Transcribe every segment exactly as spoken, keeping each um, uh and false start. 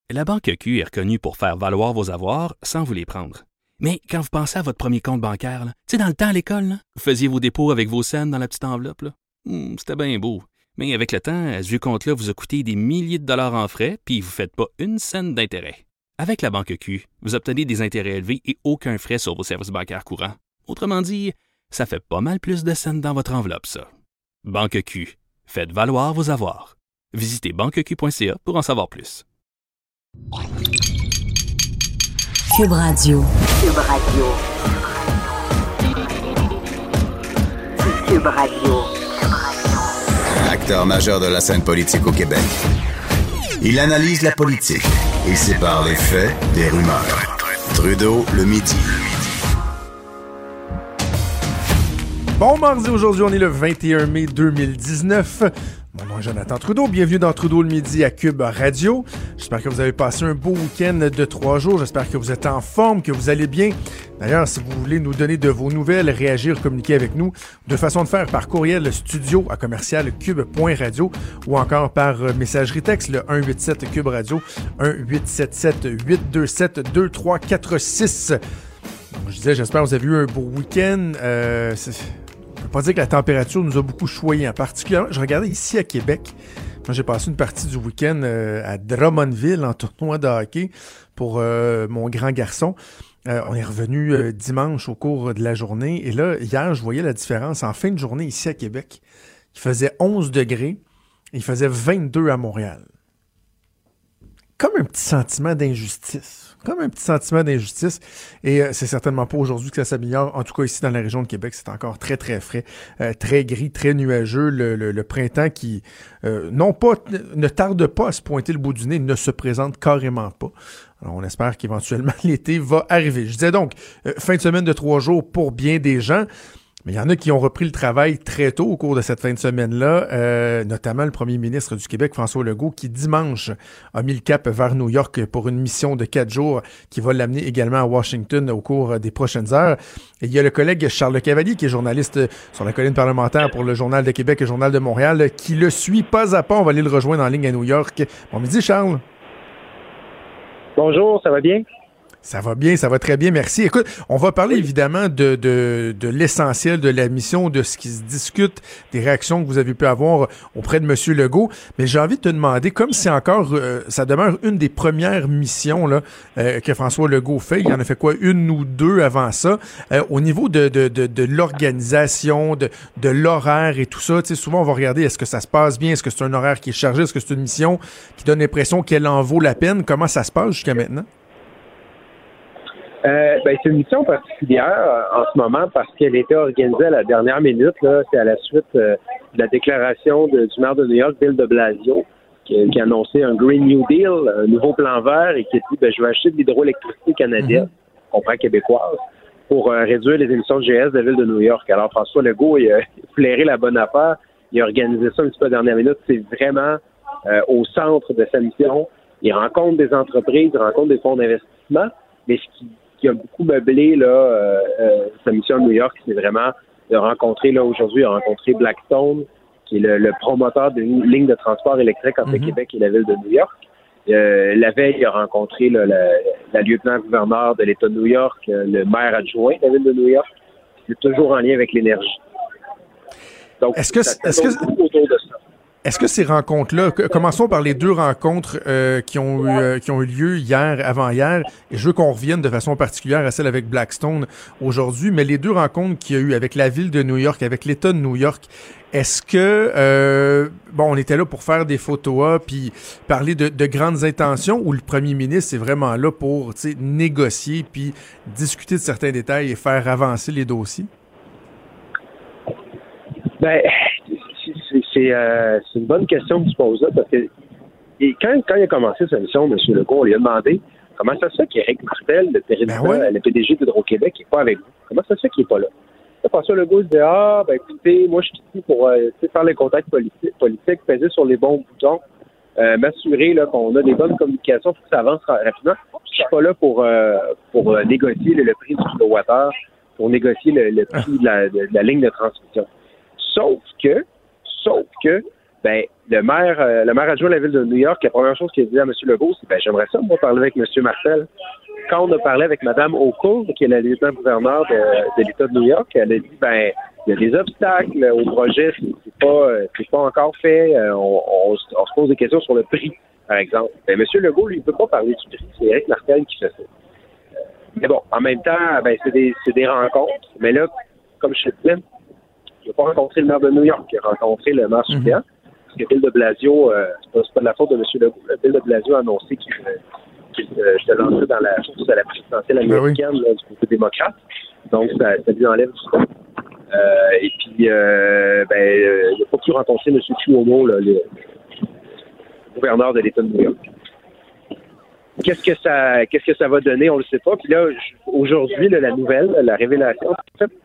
La Banque Q est reconnue pour faire valoir vos avoirs sans vous les prendre. Mais quand vous pensez à votre premier compte bancaire, tu sais, dans le temps à l'école, là, vous faisiez vos dépôts avec vos scènes dans la petite enveloppe. Là. Hum, c'était bien beau. Mais avec le temps, ce vieux compte-là vous a coûté des milliers de dollars en frais, puis vous ne faites pas une scène d'intérêt. Avec la Banque Q, vous obtenez des intérêts élevés et aucun frais sur vos services bancaires courants. Autrement dit, ça fait pas mal plus de scènes dans votre enveloppe, ça. Banque Q. Faites valoir vos avoirs. Visitez banque q point c a pour en savoir plus. Cube Radio. Cube Radio. Cube Radio. Acteur majeur de la scène politique au Québec. Il analyse la politique et sépare les faits des rumeurs. Trudeau le midi. Bon mardi, aujourd'hui, on est le vingt et un mai deux mille dix-neuf. Mon nom est Jonathan Trudeau. Bienvenue dans Trudeau le midi à Cube Radio. J'espère que vous avez passé un beau week-end de trois jours. J'espère que vous êtes en forme, que vous allez bien. D'ailleurs, si vous voulez nous donner de vos nouvelles, réagir, communiquer avec nous, deux façons de faire: par courriel studio à commercial cube point radio ou encore par messagerie texte, le un huit sept Cube Radio, un huit sept sept huit deux sept deux trois quatre six. Donc, je disais, j'espère que vous avez eu un beau week-end. Euh, c'est... Je ne peux pas dire que la température nous a beaucoup choyé. En particulier, je regardais ici à Québec. Moi, j'ai passé une partie du week-end euh, à Drummondville en tournoi de hockey pour euh, mon grand garçon. Euh, on est revenu euh, dimanche au cours de la journée. Et là, hier, je voyais la différence en fin de journée ici à Québec. Il faisait onze degrés et il faisait vingt-deux à Montréal. Comme un petit sentiment d'injustice. Comme un petit sentiment d'injustice. Et euh, c'est certainement pas aujourd'hui que ça s'améliore. En tout cas, ici, dans la région de Québec, c'est encore très, très frais, euh, très gris, très nuageux. Le, le, le printemps qui, euh, non pas, ne tarde pas à se pointer le bout du nez, ne se présente carrément pas. Alors, on espère qu'éventuellement, l'été va arriver. Je disais donc, euh, fin de semaine de trois jours pour bien des gens. Mais il y en a qui ont repris le travail très tôt au cours de cette fin de semaine-là, euh, notamment le premier ministre du Québec, François Legault, qui dimanche a mis le cap vers New York pour une mission de quatre jours qui va l'amener également à Washington au cours des prochaines heures. Et il y a le collègue Charles Cavalier, qui est journaliste sur la colline parlementaire pour le Journal de Québec et le Journal de Montréal, qui le suit pas à pas. On va aller le rejoindre en ligne à New York. Bon midi, Charles. Bonjour, ça va bien? Ça va bien, ça va très bien, merci. Écoute, on va parler évidemment de, de, de l'essentiel de la mission, de ce qui se discute, des réactions que vous avez pu avoir auprès de M. Legault. Mais j'ai envie de te demander, comme c'est encore, euh, ça demeure une des premières missions là, euh, que François Legault fait, il en a fait quoi, une ou deux avant ça, euh, au niveau de, de, de, de l'organisation, de, de l'horaire et tout ça, tu sais, souvent on va regarder, est-ce que ça se passe bien, est-ce que c'est un horaire qui est chargé, est-ce que c'est une mission qui donne l'impression qu'elle en vaut la peine, comment ça se passe jusqu'à maintenant? Euh, ben, c'est une mission particulière euh, en ce moment parce qu'elle était organisée à la dernière minute. Là. C'est à la suite euh, de la déclaration de, du maire de New York, Bill de Blasio, qui, qui a annoncé un Green New Deal, un nouveau plan vert, et qui a dit ben, je vais acheter de l'hydroélectricité canadienne, mm-hmm. on comprend québécoise, pour euh, réduire les émissions de G S de la ville de New York. Alors François Legault il a flairé la bonne affaire, il a organisé ça un petit peu à la dernière minute. C'est vraiment euh, au centre de sa mission. Il rencontre des entreprises, il rencontre des fonds d'investissement, mais ce qui qui a beaucoup meublé là, euh, euh, sa mission à New York, c'est vraiment de rencontrer, là, aujourd'hui, il a rencontré Blackstone, qui est le, le promoteur d'une ligne de transport électrique entre mm-hmm. Québec et la ville de New York. Euh, la veille, il a rencontré là, la, la lieutenant-gouverneur de l'État de New York, le maire adjoint de la ville de New York. C'est toujours en lien avec l'énergie. Donc, est-ce que, ça est-ce que, autour de ça. Est-ce que ces rencontres-là, commençons par les deux rencontres euh, qui ont eu, euh, qui ont eu lieu hier, avant-hier, et je veux qu'on revienne de façon particulière à celle avec Blackstone aujourd'hui, mais les deux rencontres qu'il y a eu avec la ville de New York, avec l'État de New York, est-ce que, euh, bon, on était là pour faire des photos, puis parler de, de grandes intentions, ou le premier ministre est vraiment là pour, tu sais, négocier, puis discuter de certains détails et faire avancer les dossiers? Ben... C'est, euh, c'est une bonne question que tu poses là, parce que et quand, quand il a commencé sa mission, M. Legault, on lui a demandé comment ça se fait qu'Éric Martel, le président, ben ouais. le P D G d'Hydro-Québec, n'est pas avec vous. Comment ça se fait qu'il n'est pas là? Là, François Legault se dit ah, ben écoutez, moi je suis ici pour euh, faire les contacts politiques, politiques, peser sur les bons boutons, euh, m'assurer là, qu'on a des bonnes communications pour que ça avance rapidement. Je suis pas là pour, euh, pour euh, négocier le, le prix du kilowattheure, pour négocier le, le prix de la, de, de la ligne de transmission. Sauf que Sauf que ben, le maire, euh, le maire adjoint de la ville de New York, la première chose qu'il a dit à M. Legault, c'est ben, j'aimerais ça, moi, parler avec M. Martel. Quand on a parlé avec Mme O'Cool, qui est la lieutenant-gouverneur de, de l'État de New York, elle a dit, ben, il y a des obstacles au projet, c'est, c'est pas, c'est pas encore fait, on, on, on se pose des questions sur le prix, par exemple. Ben, M. Legault, lui, il ne peut pas parler du prix, c'est Éric Martel qui fait ça. Mais bon, en même temps, ben, c'est des, c'est des rencontres. Mais là, comme je te disais, il n'a pas rencontré le maire de New York, il a rencontré le maire suppléant. Mm-hmm. Parce que Bill de Blasio, euh, c'est, pas, c'est pas de la faute de M. Legault. Bill de Blasio a annoncé qu'il, qu'il euh, se lançait dans la course à la présidentielle américaine ben oui. là, du côté démocrate. Donc, ça, ça lui enlève tout ça. Euh, et puis, euh, ben, euh, il n'a pas pu rencontrer M. Cuomo, là, le, le gouverneur de l'État de New York. Qu'est-ce que ça, qu'est-ce que ça va donner, on le sait pas. Puis là, aujourd'hui, là, la nouvelle, la révélation, en fait,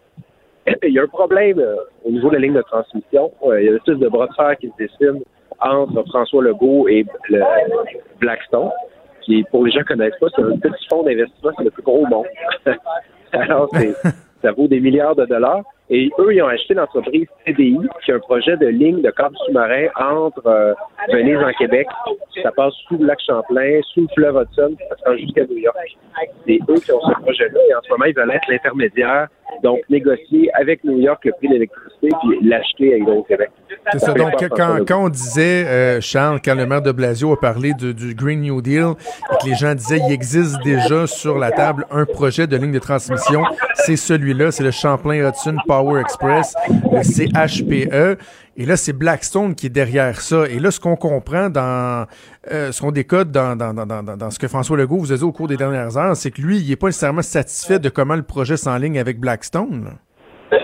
il y a un problème euh, au niveau de la ligne de transmission. Euh, il y a une espèce de bras de fer qui se dessine entre François Legault et le Blackstone, qui, pour les gens qui ne connaissent pas, c'est un petit fonds d'investissement, c'est le plus gros au monde. Alors, c'est, ça vaut des milliards de dollars. Et eux, ils ont acheté l'entreprise C D I, qui a un projet de ligne de câble sous-marin entre euh, Venise en Québec. Ça passe sous le lac Champlain, sous le fleuve Hudson, ça se rend jusqu'à New York. C'est eux qui ont ce projet-là et en ce moment, ils veulent être l'intermédiaire, donc négocier avec New York le prix de l'électricité puis l'acheter à Hydro-Québec. C'est ça. Donc, quand, quand on disait, euh, Charles, quand le maire de Blasio a parlé de, du Green New Deal et que les gens disaient il existe déjà sur la table un projet de ligne de transmission, c'est celui-là, c'est le Champlain-Hudson Power Express, le C H P E. Et là, c'est Blackstone qui est derrière ça. Et là, ce qu'on comprend dans, euh, ce qu'on décode dans, dans, dans, dans, dans ce que François Legault vous a dit au cours des dernières heures, c'est que lui, il n'est pas nécessairement satisfait de comment le projet s'enligne avec Blackstone. Ben,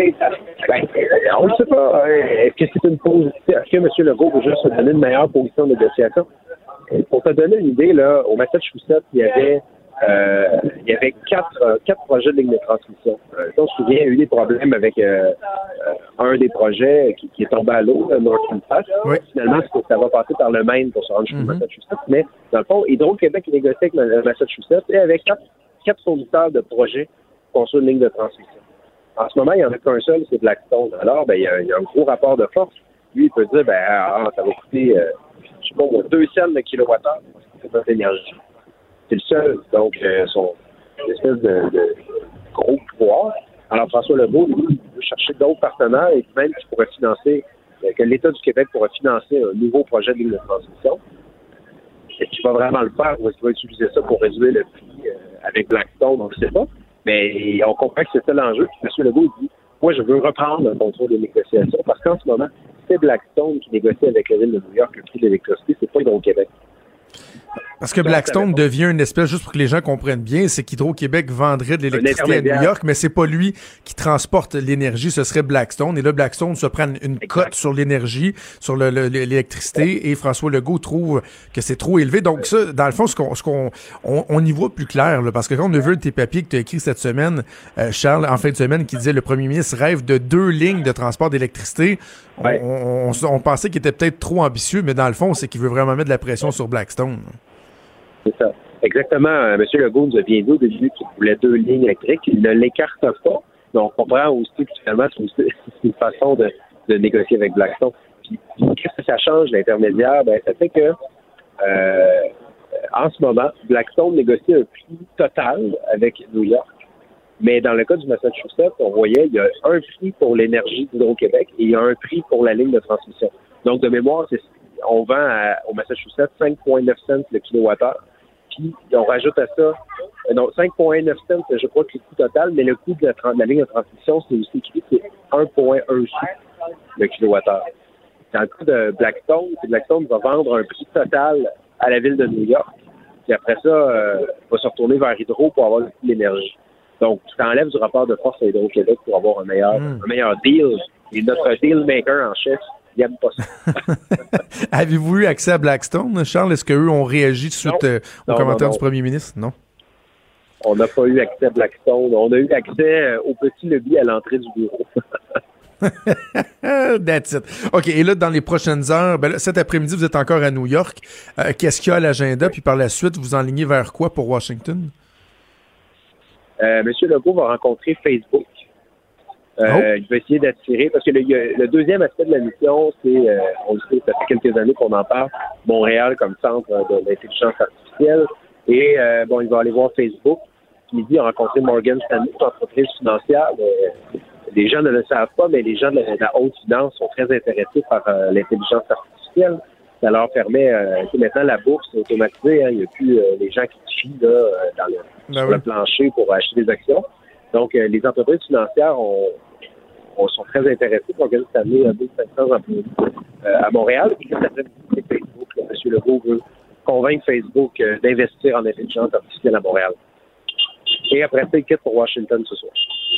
on ne sait pas. Est-ce que c'est une position? Est-ce que M. Legault veut juste se donner une meilleure position de négociation? Pour te donner une idée, là, au Massachusetts, il y avait Euh, il y avait quatre, euh, quatre projets de ligne de transmission. Euh, on se souvient, il y a eu des problèmes avec euh, euh, un des projets qui, qui est tombé à l'eau, le Northern Pass. Oui. Finalement, ça va passer par le Maine pour se rendre jusqu'au mm-hmm. Massachusetts. Mais dans le fond, Hydro-Québec négocie avec le Massachusetts et avec quatre, quatre fournisseurs de projets pour construire une ligne de transmission. En ce moment, il n'y en a qu'un seul, c'est Blackstone. Alors, ben, il y a, il y a un gros rapport de force. Lui, il peut dire, ben, ah, ça va coûter, euh, je sais pas, deux cents de kilowattheure pour cette énergie. C'est le seul, donc, euh, son espèce de, de gros pouvoir. Alors, François Legault, lui, il veut chercher d'autres partenaires et même qui pourraient financer, euh, que l'État du Québec pourrait financer un nouveau projet de ligne de transmission. Est-ce qu'il va vraiment le faire ou est-ce qu'il va utiliser ça pour réduire le prix euh, avec Blackstone? On ne sait pas. Mais on comprend que c'est ça l'enjeu. Puis M. Legault, il dit, moi, je veux reprendre le contrôle des négociations parce qu'en ce moment, c'est Blackstone qui négocie avec la ville de New York le prix de l'électricité, c'est pas Hydro-Québec. Parce que Blackstone devient une espèce, juste pour que les gens comprennent bien, c'est qu'Hydro-Québec vendrait de l'électricité à New York, mais c'est pas lui qui transporte l'énergie, ce serait Blackstone. Et là, Blackstone se prend une exact. cote sur l'énergie, sur le, le, l'électricité, et François Legault trouve que c'est trop élevé. Donc ça, dans le fond, ce qu'on, ce qu'on on, on y voit plus clair, là, parce que quand on a vu tes papiers que tu as écrits cette semaine, euh, Charles, en fin de semaine, qui disait le premier ministre rêve de deux lignes de transport d'électricité, ouais. on, on, on, on pensait qu'il était peut-être trop ambitieux, mais dans le fond, c'est qu'il veut vraiment mettre de la pression sur Blackstone. C'est ça. Exactement. Euh, M. Legault nous a bien dit au début qu'il voulait deux lignes électriques. Il ne l'écarte pas. Donc, on comprend aussi que finalement, c'est, aussi, c'est une façon de, de négocier avec Blackstone. Puis, qu'est-ce que ça change, l'intermédiaire? Ben, ça fait que, euh, en ce moment, Blackstone négocie un prix total avec New York. Mais dans le cas du Massachusetts, on voyait, il y a un prix pour l'énergie d'Hydro-Québec et il y a un prix pour la ligne de transmission. Donc, de mémoire, c'est, on vend à, au Massachusetts cinq virgule neuf cents le kilowattheure. Puis, on rajoute à ça, euh, non, cinq virgule neuf cents, je crois que c'est le coût total, mais le coût de la, de la ligne de transmission, c'est aussi écrit, c'est un virgule un sou le kilowattheure. Dans le cas de Blackstone, Blackstone va vendre un prix total à la ville de New York, puis après ça, euh, va se retourner vers Hydro pour avoir le coût de l'énergie. Donc, tu t'enlèves du rapport de force à Hydro-Québec pour avoir un meilleur, mmh. un meilleur deal. Et notre deal maker en chef, il n'aime pas ça. Avez-vous eu accès à Blackstone, Charles? Est-ce qu'eux ont réagi suite euh, aux non, commentaires non, non. du premier ministre? Non. On n'a pas eu accès à Blackstone. On a eu accès euh, au petit lobby à l'entrée du bureau. That's it. OK, et là, dans les prochaines heures, ben là, cet après-midi, vous êtes encore à New York. Euh, qu'est-ce qu'il y a à l'agenda? Puis par la suite, vous enlignez vers quoi pour Washington? Euh, M. Legault va rencontrer Facebook. Euh, oh. Il va essayer d'attirer, parce que le, le deuxième aspect de la mission, c'est, euh, on le sait, ça fait quelques années qu'on en parle, Montréal comme centre de l'intelligence artificielle. Et euh, bon, il va aller voir Facebook. Il dit, il a rencontré Morgan Stanley, une entreprise financière. Euh, les gens ne le savent pas, mais les gens de la, de la haute finance sont très intéressés par euh, l'intelligence artificielle. Ça leur permet, euh, maintenant la bourse est automatisée, hein, il n'y a plus euh, les gens qui chient là, dans le, ben sur oui. le plancher pour acheter des actions. Donc, euh, les entreprises financières ont, ont, sont très intéressées. Morgan Stanley a deux mille cinq cents employés euh, à Montréal. Et cet après-midi, c'est Facebook. Là, M. Legault veut convaincre Facebook euh, d'investir en intelligence artificielle à Montréal. Et après ça, il quitte pour Washington ce soir.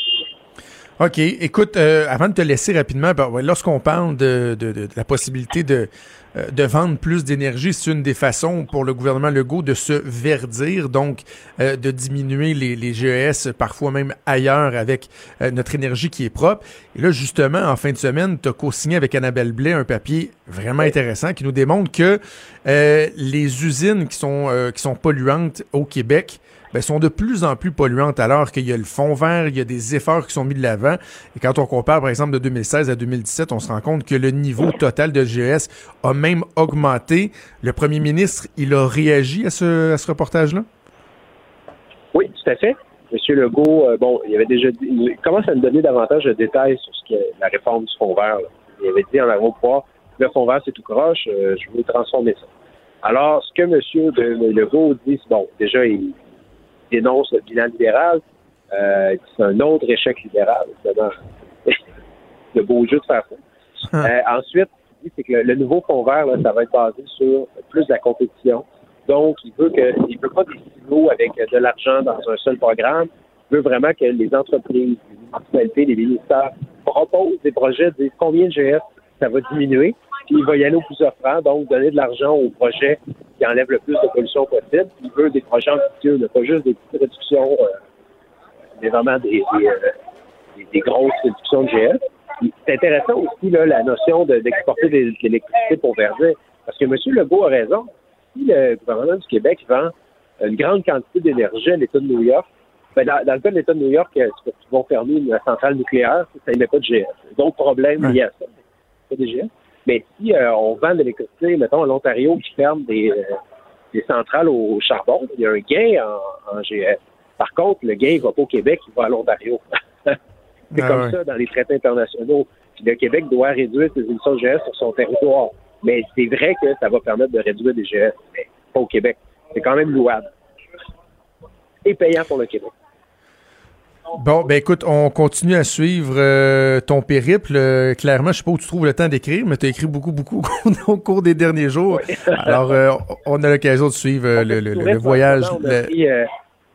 OK. Écoute, euh, avant de te laisser rapidement, ben, lorsqu'on parle de, de, de, de la possibilité de, euh, de vendre plus d'énergie, c'est une des façons pour le gouvernement Legault de se verdir, donc euh, de diminuer les, les G E S, parfois même ailleurs, avec euh, notre énergie qui est propre. Et là, justement, en fin de semaine, tu as co-signé avec Annabelle Blais un papier vraiment intéressant qui nous démontre que euh, les usines qui sont, euh, qui sont polluantes au Québec ben, sont de plus en plus polluantes, alors qu'il y a le fond vert, il y a des efforts qui sont mis de l'avant. Et quand on compare, par exemple, de deux mille seize à deux mille dix-sept, on se rend compte que le niveau total de G E S a même augmenté. Le premier ministre, il a réagi à ce, à ce reportage-là? Oui, tout à fait. M. Legault, euh, bon, il avait déjà dit, il commence à nous donner davantage de détails sur ce qui est la réforme du fonds vert. Là. Il avait dit en aéroport, le fonds vert, c'est tout croche, euh, je veux transformer ça. Alors, ce que M. De, Legault dit, c'est bon, déjà, il dénonce le bilan libéral. Euh, c'est un autre échec libéral, évidemment. Le beau jeu de faire ça. Euh, ensuite, il dit c'est que le, le nouveau fonds vert, là, ça va être basé sur plus de la compétition. Donc, il veut que, il veut pas des silos avec de l'argent dans un seul programme. Il veut vraiment que les entreprises, les municipalités, les ministères proposent des projets, disent combien de G S ça va diminuer. Puis il va y aller au plus offrant, donc donner de l'argent aux projets qui enlèvent le plus de pollution possible. Il veut des projets ambitieux, pas juste des petites réductions, euh, mais vraiment des, des, euh, des, des grosses réductions de G S. Puis c'est intéressant aussi là, la notion de, d'exporter de, de l'électricité pour verdir, parce que M. Legault a raison. Si le gouvernement du Québec vend une grande quantité d'énergie à l'État de New York, ben dans, dans le cas de l'État de New York, ils vont fermer une centrale nucléaire, ça n'émet pas de G S. D'autres problèmes liés à ça, pas de G S. Mais si euh, on vend de l'électricité, mettons, à l'Ontario qui ferme des, euh, des centrales au charbon, il y a un gain en, en G S. Par contre, le gain ne va pas au Québec, il va à l'Ontario. c'est ah comme ouais. ça dans les traités internationaux. Puis le Québec doit réduire ses émissions de G S sur son territoire. Mais c'est vrai que ça va permettre de réduire des G S, mais pas au Québec. C'est quand même louable. Et payant pour le Québec. Bon, ben écoute, on continue à suivre euh, ton périple. Euh, clairement, je sais pas où tu trouves le temps d'écrire, mais tu as écrit beaucoup, beaucoup au cours des derniers jours. Oui. Alors, euh, on a l'occasion de suivre euh, le, le, le, le voyage. On a pris, euh,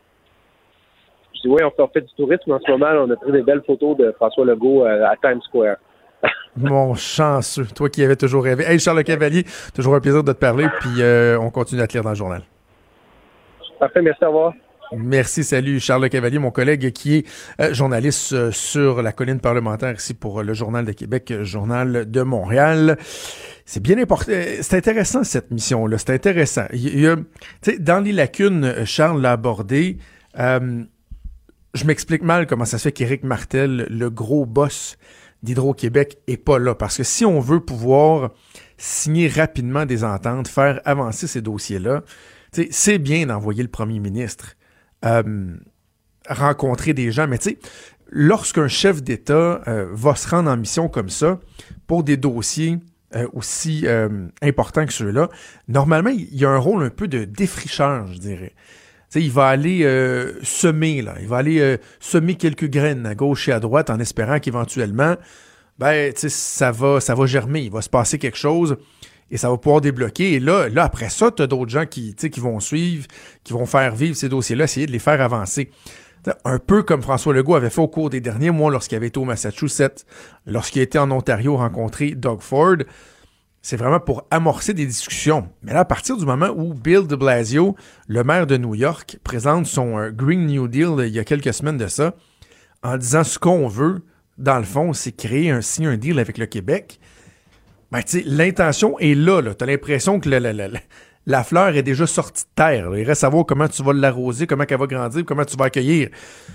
je dis, oui, on fait du tourisme en ce moment. On a pris des belles photos de François Legault euh, à Times Square. Mon chanceux, toi qui avais toujours rêvé. Hey, Charles Cavalier, toujours un plaisir de te parler, puis euh, on continue à te lire dans le journal. Parfait, merci, au revoir. Merci, salut Charles Cavalier, mon collègue qui est euh, journaliste euh, sur la colline parlementaire ici pour euh, le Journal de Québec, euh, Journal de Montréal. C'est bien important, c'est intéressant cette mission-là, c'est intéressant. Il y a, tu sais, dans les lacunes, Charles l'a abordé, euh, je m'explique mal comment ça se fait qu'Éric Martel, le gros boss d'Hydro-Québec, est pas là. Parce que si on veut pouvoir signer rapidement des ententes, faire avancer ces dossiers-là, tu sais, c'est bien d'envoyer le premier ministre Euh, rencontrer des gens, mais tu sais, lorsqu'un chef d'État euh, va se rendre en mission comme ça, pour des dossiers euh, aussi euh, importants que ceux-là, normalement, il y a un rôle un peu de défricheur, je dirais. Tu sais, il va aller euh, semer, là, il va aller euh, semer quelques graines à gauche et à droite en espérant qu'éventuellement, ben, tu sais, ça va, ça va germer, il va se passer quelque chose. Et ça va pouvoir débloquer. Et là, là après ça, tu as d'autres gens qui, qui vont suivre, qui vont faire vivre ces dossiers-là, essayer de les faire avancer. T'sais, un peu comme François Legault avait fait au cours des derniers mois lorsqu'il avait été au Massachusetts, lorsqu'il était en Ontario rencontrer Doug Ford. C'est vraiment pour amorcer des discussions. Mais là, à partir du moment où Bill de Blasio, le maire de New York, présente son euh, Green New Deal euh, il y a quelques semaines de ça, en disant ce qu'on veut, dans le fond, c'est créer un, signer un deal avec le Québec. Ben, tu sais, l'intention est là, là. T'as l'impression que la, la, la, la fleur est déjà sortie de terre. Là. Il reste à savoir comment tu vas l'arroser, comment elle va grandir, comment tu vas accueillir.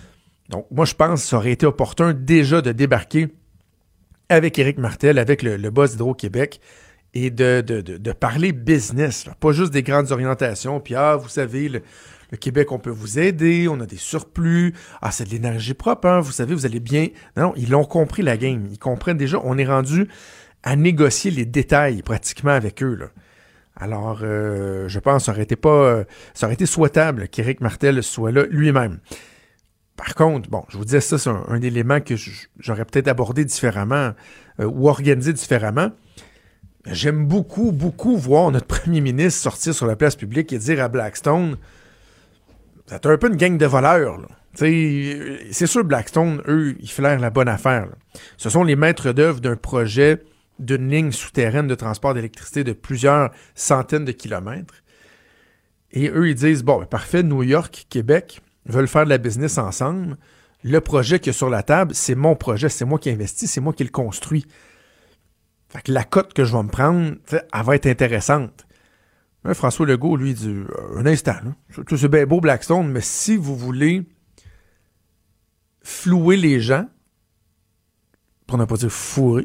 Donc, moi, je pense que ça aurait été opportun déjà de débarquer avec Éric Martel, avec le, le boss d'Hydro-Québec, et de, de, de, de parler business, là. Pas juste des grandes orientations, puis ah, vous savez, le, le Québec, on peut vous aider, on a des surplus, ah, c'est de l'énergie propre, hein, vous savez, vous allez bien... Non, non, ils l'ont compris, la game, ils comprennent déjà, on est rendu à négocier les détails, pratiquement, avec eux, là. Alors, euh, je pense que ça aurait été pas... Euh, ça aurait été souhaitable qu'Éric Martel soit là lui-même. Par contre, bon, je vous disais ça, c'est un, un élément que j'aurais peut-être abordé différemment euh, ou organisé différemment. J'aime beaucoup, beaucoup voir notre premier ministre sortir sur la place publique et dire à Blackstone, vous êtes un peu une gang de voleurs, là. T'sais, c'est sûr, Blackstone, eux, ils flairent la bonne affaire, là. Ce sont les maîtres d'œuvre d'un projet d'une ligne souterraine de transport d'électricité de plusieurs centaines de kilomètres. Et eux, ils disent, bon, ben, parfait, New York, Québec veulent faire de la business ensemble. Le projet qu'il y a sur la table, c'est mon projet, c'est moi qui investis, c'est moi qui le construis. Fait que la cote que je vais me prendre, elle va être intéressante. Là, François Legault, lui, dit, un instant, là, c'est bien beau Blackstone, mais si vous voulez flouer les gens, pour ne pas dire fourrer,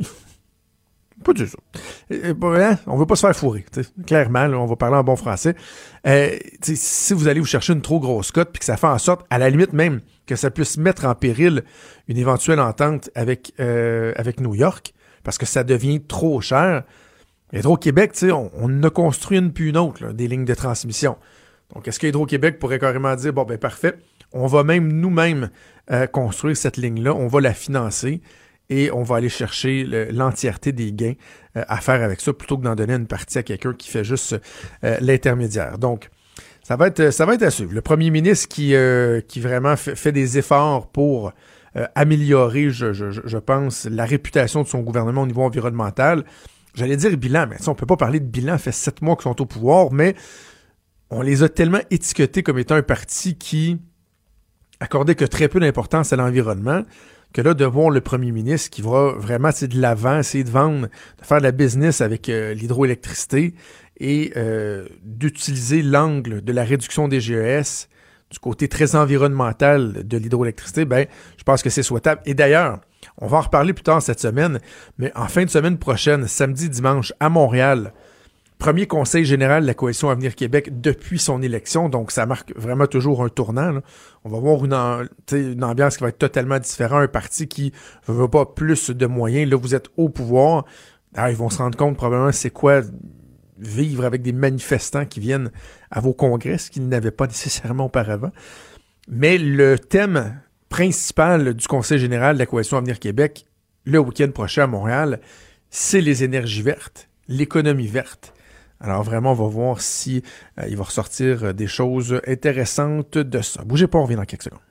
pas dire ça. Hein? On veut pas se faire fourrer. T'sais. Clairement, là, on va parler en bon français. Euh, si vous allez vous chercher une trop grosse cote puis que ça fait en sorte, à la limite même, que ça puisse mettre en péril une éventuelle entente avec, euh, avec New York, parce que ça devient trop cher. Hydro-Québec, on, on a construit une puis une autre, là, des lignes de transmission. Donc, est-ce que Hydro-Québec pourrait carrément dire, bon, ben parfait, on va même nous-mêmes euh, construire cette ligne-là, on va la financer, et on va aller chercher le, l'entièreté des gains euh, à faire avec ça, plutôt que d'en donner une partie à quelqu'un qui fait juste euh, l'intermédiaire. Donc, ça va être, ça va être à suivre. Le premier ministre qui, euh, qui vraiment fait, fait des efforts pour euh, améliorer, je, je, je pense, la réputation de son gouvernement au niveau environnemental. J'allais dire bilan, mais on ne peut pas parler de bilan, ça fait sept mois qu'ils sont au pouvoir, mais on les a tellement étiquetés comme étant un parti qui accordait que très peu d'importance à l'environnement, que là, de voir le premier ministre qui va vraiment de l'avant, essayer de vendre, de faire de la business avec euh, l'hydroélectricité et euh, d'utiliser l'angle de la réduction des G E S du côté très environnemental de l'hydroélectricité, ben, je pense que c'est souhaitable. Et d'ailleurs, on va en reparler plus tard cette semaine, mais en fin de semaine prochaine, samedi, dimanche, à Montréal, premier conseil général de la Coalition Avenir Québec depuis son élection, donc ça marque vraiment toujours un tournant, là. On va voir une, en, une ambiance qui va être totalement différente, un parti qui ne veut pas plus de moyens. Là, vous êtes au pouvoir. Alors, ils vont se rendre compte probablement c'est quoi vivre avec des manifestants qui viennent à vos congrès, ce qu'ils n'avaient pas nécessairement auparavant. Mais le thème principal du conseil général de la Coalition Avenir Québec, le week-end prochain à Montréal, c'est les énergies vertes, l'économie verte. Alors vraiment, on va voir si euh, il va ressortir des choses intéressantes de ça. Bougez pas, on revient dans quelques secondes.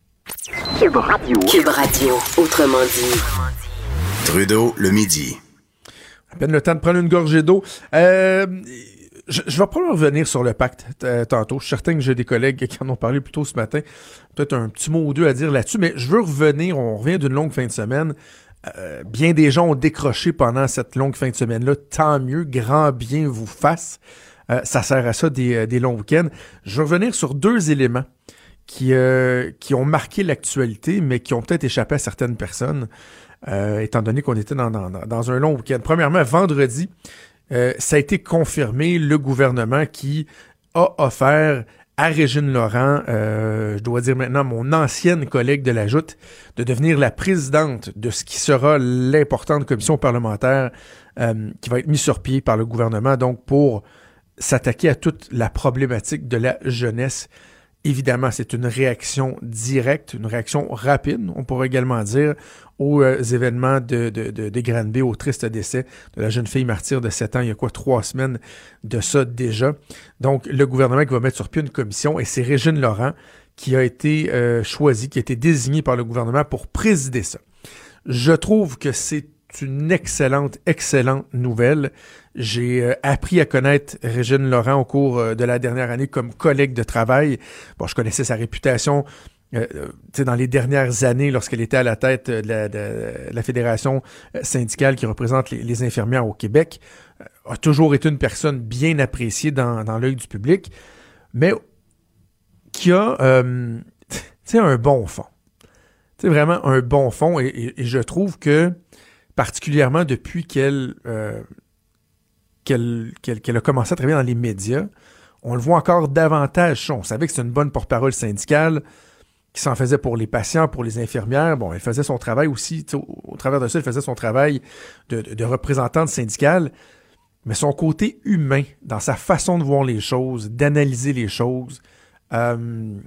Cube Radio. Cube Radio, autrement dit. Trudeau, le midi. À peine le temps de prendre une gorgée d'eau. Euh, je, je vais probablement revenir sur le pacte euh, tantôt. Je suis certain que j'ai des collègues qui en ont parlé plus tôt ce matin. Peut-être un petit mot ou deux à dire là-dessus, mais je veux revenir. On revient d'une longue fin de semaine. Euh, bien des gens ont décroché pendant cette longue fin de semaine-là. Tant mieux, grand bien vous fasse. Euh, ça sert à ça des, des longs week-ends. Je vais revenir sur deux éléments qui, euh, qui ont marqué l'actualité, mais qui ont peut-être échappé à certaines personnes, euh, étant donné qu'on était dans, dans, dans un long week-end. Premièrement, vendredi, euh, ça a été confirmé, le gouvernement qui a offert à Régine Laurent, euh, je dois dire maintenant mon ancienne collègue de la Joute, de devenir la présidente de ce qui sera l'importante commission parlementaire euh, qui va être mise sur pied par le gouvernement, donc pour s'attaquer à toute la problématique de la jeunesse. Évidemment, c'est une réaction directe, une réaction rapide, on pourrait également dire, aux euh, événements de, de, de, de Granby, au triste décès de la jeune fille martyre de sept ans, il y a quoi, trois semaines de ça déjà. Donc, le gouvernement qui va mettre sur pied une commission, et c'est Régine Laurent qui a été euh, choisie, qui a été désignée par le gouvernement pour présider ça. Je trouve que c'est une excellente, excellente nouvelle. J'ai euh, appris à connaître Régine Laurent au cours euh, de la dernière année comme collègue de travail. Bon, je connaissais sa réputation euh, euh, dans les dernières années lorsqu'elle était à la tête de la, de la fédération syndicale qui représente les, les infirmières au Québec. Euh, a toujours été une personne bien appréciée dans, dans l'œil du public, mais qui a euh, un bon fond. C'est vraiment un bon fond et, et, et je trouve que, particulièrement depuis qu'elle, euh, qu'elle, qu'elle, qu'elle a commencé à travailler dans les médias, on le voit encore davantage. On savait que c'est une bonne porte-parole syndicale qui s'en faisait pour les patients, pour les infirmières. Bon, elle faisait son travail aussi, au, au travers de ça, elle faisait son travail de, de, de représentante syndicale, mais son côté humain, dans sa façon de voir les choses, d'analyser les choses, euh,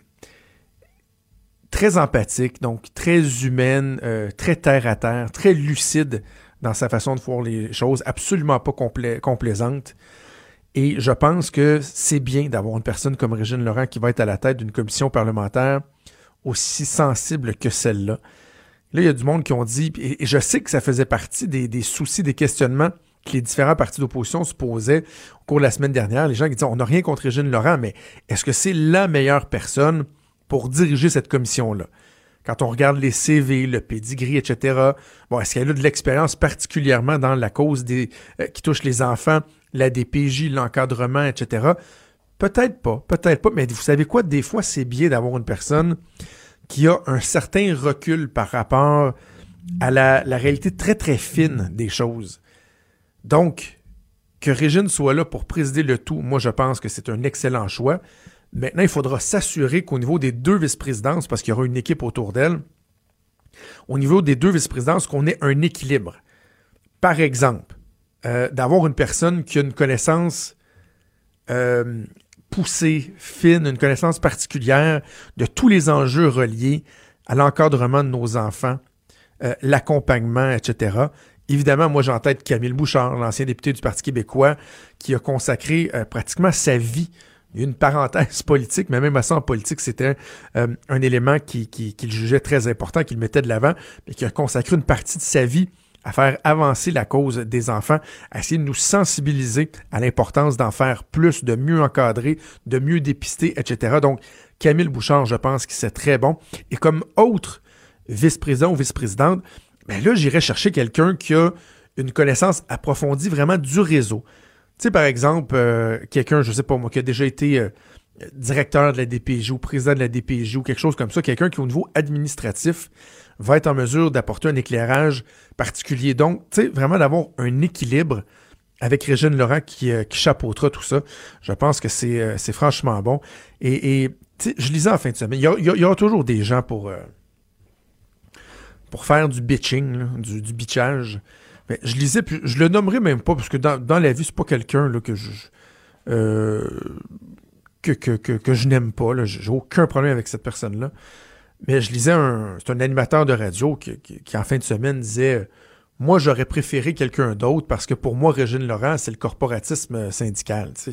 très empathique, donc très humaine, euh, très terre-à-terre, très lucide dans sa façon de voir les choses, absolument pas compla- complaisante. Et je pense que c'est bien d'avoir une personne comme Régine Laurent qui va être à la tête d'une commission parlementaire aussi sensible que celle-là. Là, il y a du monde qui ont dit, et je sais que ça faisait partie des, des soucis, des questionnements que les différents partis d'opposition se posaient au cours de la semaine dernière. Les gens qui disaient, on n'a rien contre Régine Laurent, mais est-ce que c'est la meilleure personne pour diriger cette commission-là? Quand on regarde les C V, le pedigree, et cetera, bon, est-ce qu'elle a de l'expérience particulièrement dans la cause des euh, qui touche les enfants, la D P J, l'encadrement, et cetera? Peut-être pas, peut-être pas, mais vous savez quoi? Des fois, c'est bien d'avoir une personne qui a un certain recul par rapport à la, la réalité très, très fine des choses. Donc, que Régine soit là pour présider le tout, moi, je pense que c'est un excellent choix. Maintenant, il faudra s'assurer qu'au niveau des deux vice-présidences, parce qu'il y aura une équipe autour d'elle, au niveau des deux vice-présidences, qu'on ait un équilibre. Par exemple, euh, d'avoir une personne qui a une connaissance euh, poussée, fine, une connaissance particulière de tous les enjeux reliés à l'encadrement de nos enfants, euh, l'accompagnement, et cetera. Évidemment, moi, j'ai en tête Camille Bouchard, l'ancien député du Parti québécois, qui a consacré euh, pratiquement sa vie. Il y a une parenthèse politique, mais même à ça en politique, c'était euh, un élément qui, qui, qu'il jugeait très important, qu'il mettait de l'avant, mais qui a consacré une partie de sa vie à faire avancer la cause des enfants, à essayer de nous sensibiliser à l'importance d'en faire plus, de mieux encadrer, de mieux dépister, et cetera. Donc, Camille Bouchard, je pense que c'est très bon. Et comme autre vice-président ou vice-présidente, ben là, j'irais chercher quelqu'un qui a une connaissance approfondie vraiment du réseau. Tu sais, par exemple, euh, quelqu'un, je sais pas moi, qui a déjà été euh, directeur de la D P J ou président de la D P J ou quelque chose comme ça, quelqu'un qui, au niveau administratif, va être en mesure d'apporter un éclairage particulier. Donc, tu sais, vraiment d'avoir un équilibre avec Régine Laurent qui, euh, qui chapeautera tout ça. Je pense que c'est, euh, c'est franchement bon. Et, et tu sais, je lisais en fin de semaine, il y, a, il y, a, il y aura toujours des gens pour, euh, pour faire du bitching, là, du, du bitchage. Mais je lisais, puis je le nommerai même pas, parce que dans, dans la vie, c'est pas quelqu'un là, que je euh, que, que, que, que je n'aime pas. Là. J'ai aucun problème avec cette personne-là. Mais je lisais un. C'est un animateur de radio qui, qui, qui en fin de semaine disait « Moi, j'aurais préféré quelqu'un d'autre parce que pour moi, Régine Laurent, c'est le corporatisme syndical. » Tu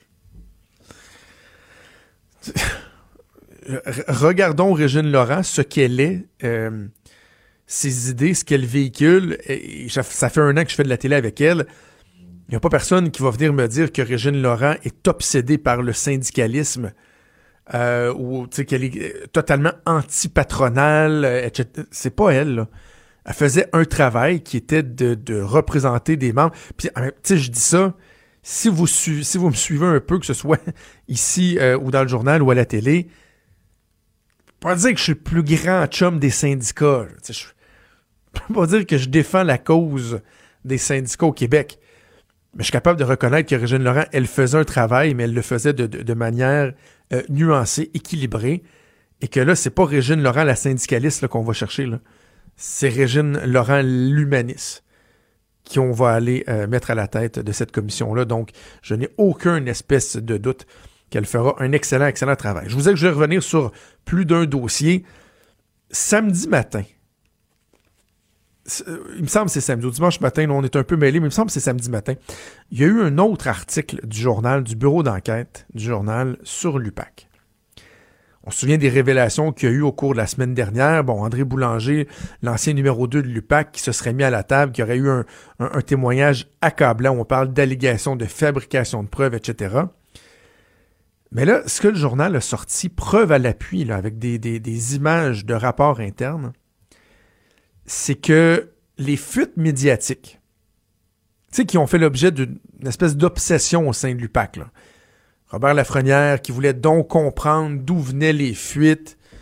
sais. Regardons Régine Laurent, ce qu'elle est. Euh, ses idées, ce qu'elle véhicule, et ça fait un an que je fais de la télé avec elle, il n'y a pas personne qui va venir me dire que Régine Laurent est obsédée par le syndicalisme euh, ou qu'elle est totalement anti-patronale, et cetera. C'est pas elle, là. Elle faisait un travail qui était de, de représenter des membres. Puis, tu sais, je dis ça, si vous, su- si vous me suivez un peu, que ce soit ici euh, ou dans le journal ou à la télé, pas dire que je suis le plus grand chum des syndicats. Je ne peux pas dire que je défends la cause des syndicats au Québec. Mais je suis capable de reconnaître que Régine Laurent, elle faisait un travail, mais elle le faisait de, de, de manière euh, nuancée, équilibrée. Et que là, c'est pas Régine Laurent, la syndicaliste, là, qu'on va chercher. Là. C'est Régine Laurent, l'humaniste, qui on va aller euh, mettre à la tête de cette commission-là. Donc, je n'ai aucune espèce de doute qu'elle fera un excellent, excellent travail. Je vous disais que je vais revenir sur plus d'un dossier. Samedi matin, il me semble que c'est samedi, ou dimanche matin, là, on est un peu mêlés, mais il me semble que c'est samedi matin, il y a eu un autre article du journal, du bureau d'enquête du journal sur l'U P A C. On se souvient des révélations qu'il y a eu au cours de la semaine dernière. Bon, André Boulanger, l'ancien numéro deux de l'U P A C, qui se serait mis à la table, qui aurait eu un, un, un témoignage accablant où on parle d'allégations de fabrication de preuves, et cetera. Mais là, ce que le journal a sorti, preuve à l'appui, là, avec des, des, des images de rapports internes, c'est que les fuites médiatiques, tu sais, qui ont fait l'objet d'une espèce d'obsession au sein de l'U P A C, là. Robert Lafrenière, qui voulait donc comprendre d'où venaient les fuites,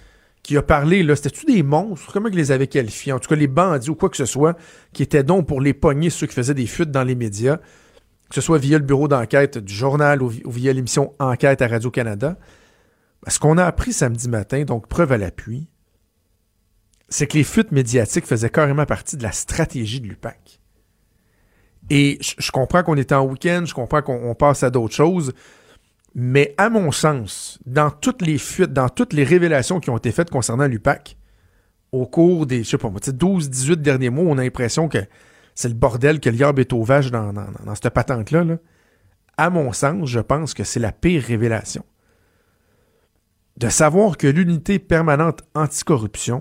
qui a parlé, là, c'était-tu des monstres? Comment ils les avaient qualifiés? En tout cas, les bandits ou quoi que ce soit, qui étaient donc pour les pogner ceux qui faisaient des fuites dans les médias, que ce soit via le bureau d'enquête du journal ou via l'émission Enquête à Radio-Canada. Ce qu'on a appris samedi matin, donc preuve à l'appui, c'est que les fuites médiatiques faisaient carrément partie de la stratégie de l'U P A C. Et je, je comprends qu'on est en week-end, je comprends qu'on on passe à d'autres choses, mais à mon sens, dans toutes les fuites, dans toutes les révélations qui ont été faites concernant l'U P A C, au cours des, je sais pas, douze dix-huit derniers mois, on a l'impression que c'est le bordel, que l'herbe est au vache dans, dans, dans cette patente-là. Là. À mon sens, je pense que c'est la pire révélation. De savoir que l'unité permanente anticorruption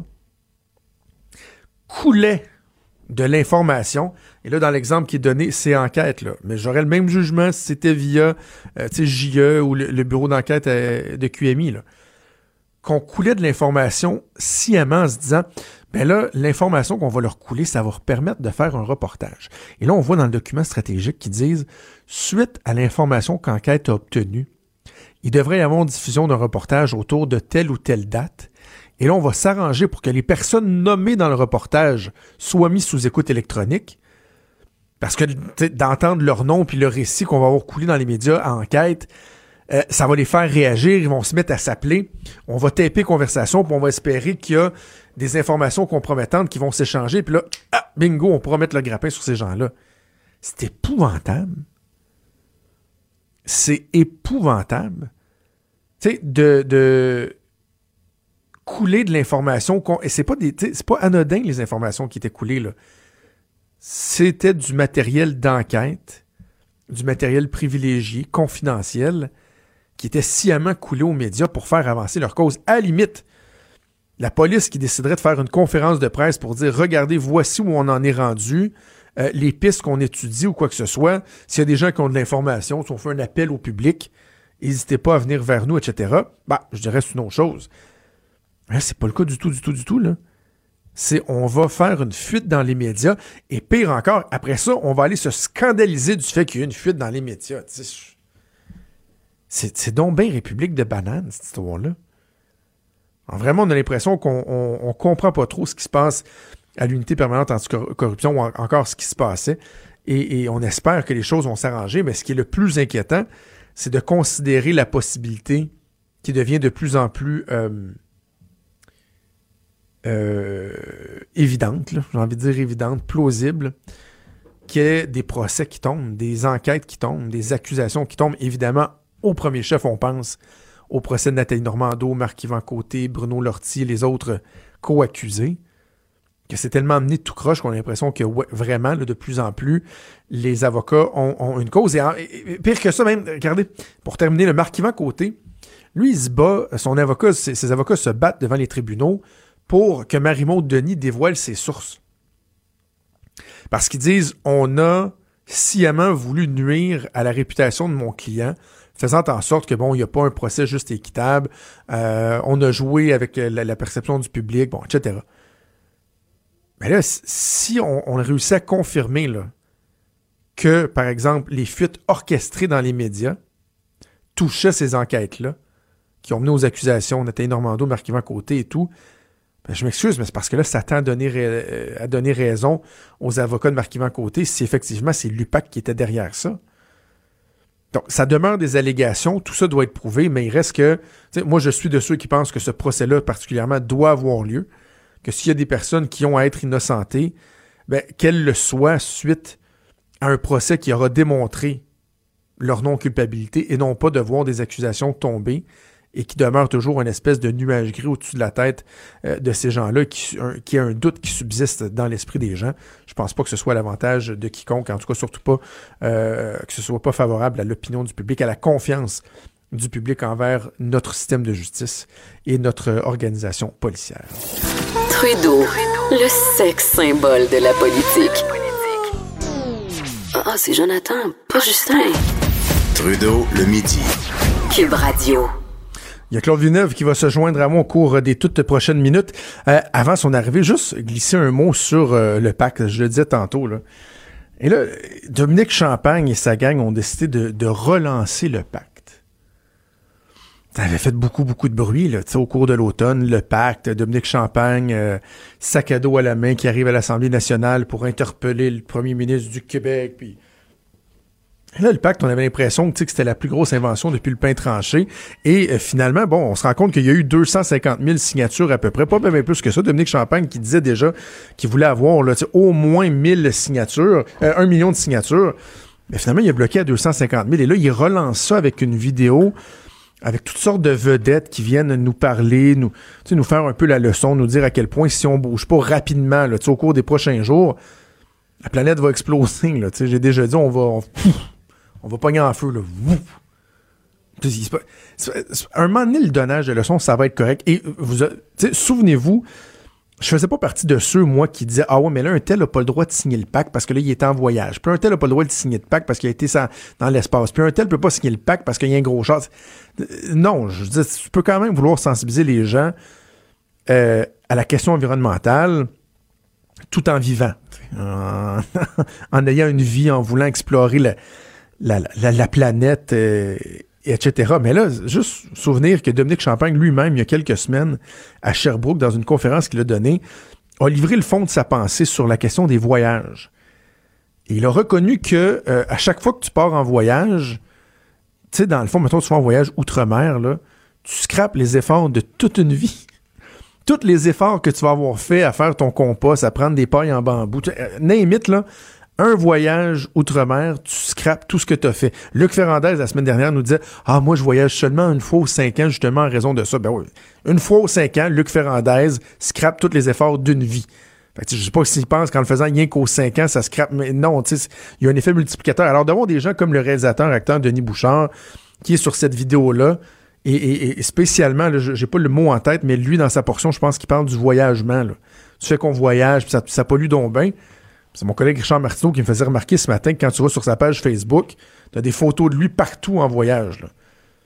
coulait de l'information. Et là, dans l'exemple qui est donné, c'est enquête, là. Mais j'aurais le même jugement si c'était via euh, J E ou le, le bureau d'enquête euh, de Q M I, là. Qu'on coulait de l'information sciemment en se disant, ben là, l'information qu'on va leur couler, ça va leur permettre de faire un reportage. Et là, on voit dans le document stratégique qu'ils disent, suite à l'information qu'Enquête a obtenue, il devrait y avoir une diffusion d'un reportage autour de telle ou telle date. Et là, on va s'arranger pour que les personnes nommées dans le reportage soient mises sous écoute électronique. Parce que d'entendre leur nom puis le récit qu'on va avoir coulé dans les médias à Enquête, euh, ça va les faire réagir, ils vont se mettre à s'appeler. On va taper conversation puis on va espérer qu'il y a des informations compromettantes qui vont s'échanger. Puis là, ah, bingo, on pourra mettre le grappin sur ces gens-là. C'est épouvantable. C'est épouvantable. Tu sais, de... de couler de l'information, et c'est pas des, c'est pas anodin les informations qui étaient coulées, là. C'était du matériel d'enquête, du matériel privilégié, confidentiel, qui était sciemment coulé aux médias pour faire avancer leur cause. À la limite, la police qui déciderait de faire une conférence de presse pour dire « Regardez, voici où on en est rendu, euh, les pistes qu'on étudie ou quoi que ce soit. S'il y a des gens qui ont de l'information, si on fait un appel au public, n'hésitez pas à venir vers nous, et cetera » Bah, je dirais c'est une autre chose. Là, c'est pas le cas du tout, du tout, du tout, là. C'est on va faire une fuite dans les médias, et pire encore, après ça, on va aller se scandaliser du fait qu'il y a une fuite dans les médias. C'est, c'est donc bien République de bananes, cette histoire-là. Alors, vraiment, on a l'impression qu'on on, on comprend pas trop ce qui se passe à l'unité permanente anticorruption, ou en, encore ce qui se passait, et, et on espère que les choses vont s'arranger, mais ce qui est le plus inquiétant, c'est de considérer la possibilité qui devient de plus en plus... Euh, Euh, évidente, là, j'ai envie de dire évidente, plausible, qu'il y ait des procès qui tombent, des enquêtes qui tombent, des accusations qui tombent. Évidemment, au premier chef, on pense au procès de Nathalie Normando, Marc-Yvan Côté, Bruno Lortie et les autres co-accusés, que c'est tellement amené de tout croche qu'on a l'impression que ouais, vraiment, là, de plus en plus, les avocats ont, ont une cause. Et, et, et pire que ça même, regardez, pour terminer, le Marc-Yvan Côté, lui, il se bat, son avocat, ses, ses avocats se battent devant les tribunaux pour que Marie-Maude Denis dévoile ses sources. Parce qu'ils disent, on a sciemment voulu nuire à la réputation de mon client, faisant en sorte que, bon, il n'y a pas un procès juste et équitable, euh, on a joué avec la, la perception du public, bon, et cetera. Mais là, si on, on réussit à confirmer là, que, par exemple, les fuites orchestrées dans les médias touchaient ces enquêtes-là, qui ont mené aux accusations, Nathalie Normando, Marc-Yvan Côté et tout, ben, je m'excuse, mais c'est parce que là, ça tend à donner, ra- à donner raison aux avocats de Marc-Yvan Côté si effectivement c'est l'U P A C qui était derrière ça. Donc, ça demeure des allégations, tout ça doit être prouvé, mais il reste que, moi, je suis de ceux qui pensent que ce procès-là, particulièrement, doit avoir lieu, que s'il y a des personnes qui ont à être innocentées, ben, qu'elles le soient suite à un procès qui aura démontré leur non-culpabilité et non pas de voir des accusations tomber et qui demeure toujours une espèce de nuage gris au-dessus de la tête euh, de ces gens-là, qui, un, qui a un doute qui subsiste dans l'esprit des gens. Je pense pas que ce soit l'avantage de quiconque, en tout cas surtout pas euh, que ce soit pas favorable à l'opinion du public, à la confiance du public envers notre système de justice et notre organisation policière. Trudeau, le sexe symbole de la politique. Ah, oh, c'est Jonathan, pas Justin. Trudeau, le midi. Cube Radio. Il y a Claude Villeneuve qui va se joindre à moi au cours des toutes prochaines minutes. Euh, avant son arrivée, juste glisser un mot sur euh, le pacte, je le disais tantôt, là. Et là, Dominique Champagne et sa gang ont décidé de, de relancer le pacte. ça avait fait beaucoup, beaucoup de bruit là, au cours de l'automne. Le pacte, Dominique Champagne, euh, sac à dos à la main, qui arrive à l'Assemblée nationale pour interpeller le premier ministre du Québec. Puis là, le pacte, on avait l'impression que c'était la plus grosse invention depuis le pain tranché. Et euh, finalement, bon, on se rend compte qu'il y a eu deux cent cinquante mille signatures à peu près, pas même plus que ça. Dominique Champagne qui disait déjà qu'il voulait avoir là, au moins mille signatures, euh, un million de signatures. Mais finalement, il a bloqué à deux cent cinquante mille. Et là, il relance ça avec une vidéo avec toutes sortes de vedettes qui viennent nous parler, nous, nous faire un peu la leçon, nous dire à quel point si on bouge pas rapidement là, au cours des prochains jours, la planète va exploser. Là, j'ai déjà dit, on va... On, On va pogner en feu, là. C'est pas, c'est, c'est, un moment donné, le donnage de leçons, ça va être correct. Et vous, souvenez-vous, je faisais pas partie de ceux, moi, qui disaient « Ah ouais, mais là, un tel n'a pas le droit de signer le pacte parce que là, il est en voyage. Puis un tel n'a pas le droit de signer le pacte parce qu'il a été sans, dans l'espace. Puis un tel peut pas signer le pacte parce qu'il y a un gros chat. » Non, je dis, tu peux quand même vouloir sensibiliser les gens euh, à la question environnementale tout en vivant. En, en ayant une vie, en voulant explorer le La, la, la planète, euh, et cetera. Mais là, juste souvenir que Dominique Champagne lui-même, il y a quelques semaines, à Sherbrooke, dans une conférence qu'il a donnée, a livré le fond de sa pensée sur la question des voyages. Et il a reconnu que euh, à chaque fois que tu pars en voyage, tu sais, dans le fond, mettons, tu vas en voyage outre-mer, là, tu scrapes les efforts de toute une vie. Tous les efforts que tu vas avoir fait à faire ton compost, à prendre des pailles en bambou, name it, là, un voyage outre-mer, tu scrapes tout ce que tu as fait. Luc Ferrandez, la semaine dernière, nous disait « Ah, moi, je voyage seulement une fois aux cinq ans, justement, en raison de ça. » Ben oui, une fois aux cinq ans, Luc Ferrandez scrape tous les efforts d'une vie. Fait que, je sais pas s'il pense qu'en le faisant rien qu'aux cinq ans, ça scrape, mais non, tu sais, il y a un effet multiplicateur. Alors, d'avoir des gens comme le réalisateur, acteur Denis Bouchard, qui est sur cette vidéo-là, et, et, et spécialement, là, j'ai pas le mot en tête, mais lui, dans sa portion, je pense qu'il parle du voyagement. Là. Tu fais qu'on voyage, puis ça, ça pollue donc bien. C'est mon collègue Richard Martineau qui me faisait remarquer ce matin que quand tu vas sur sa page Facebook, tu as des photos de lui partout en voyage. Là.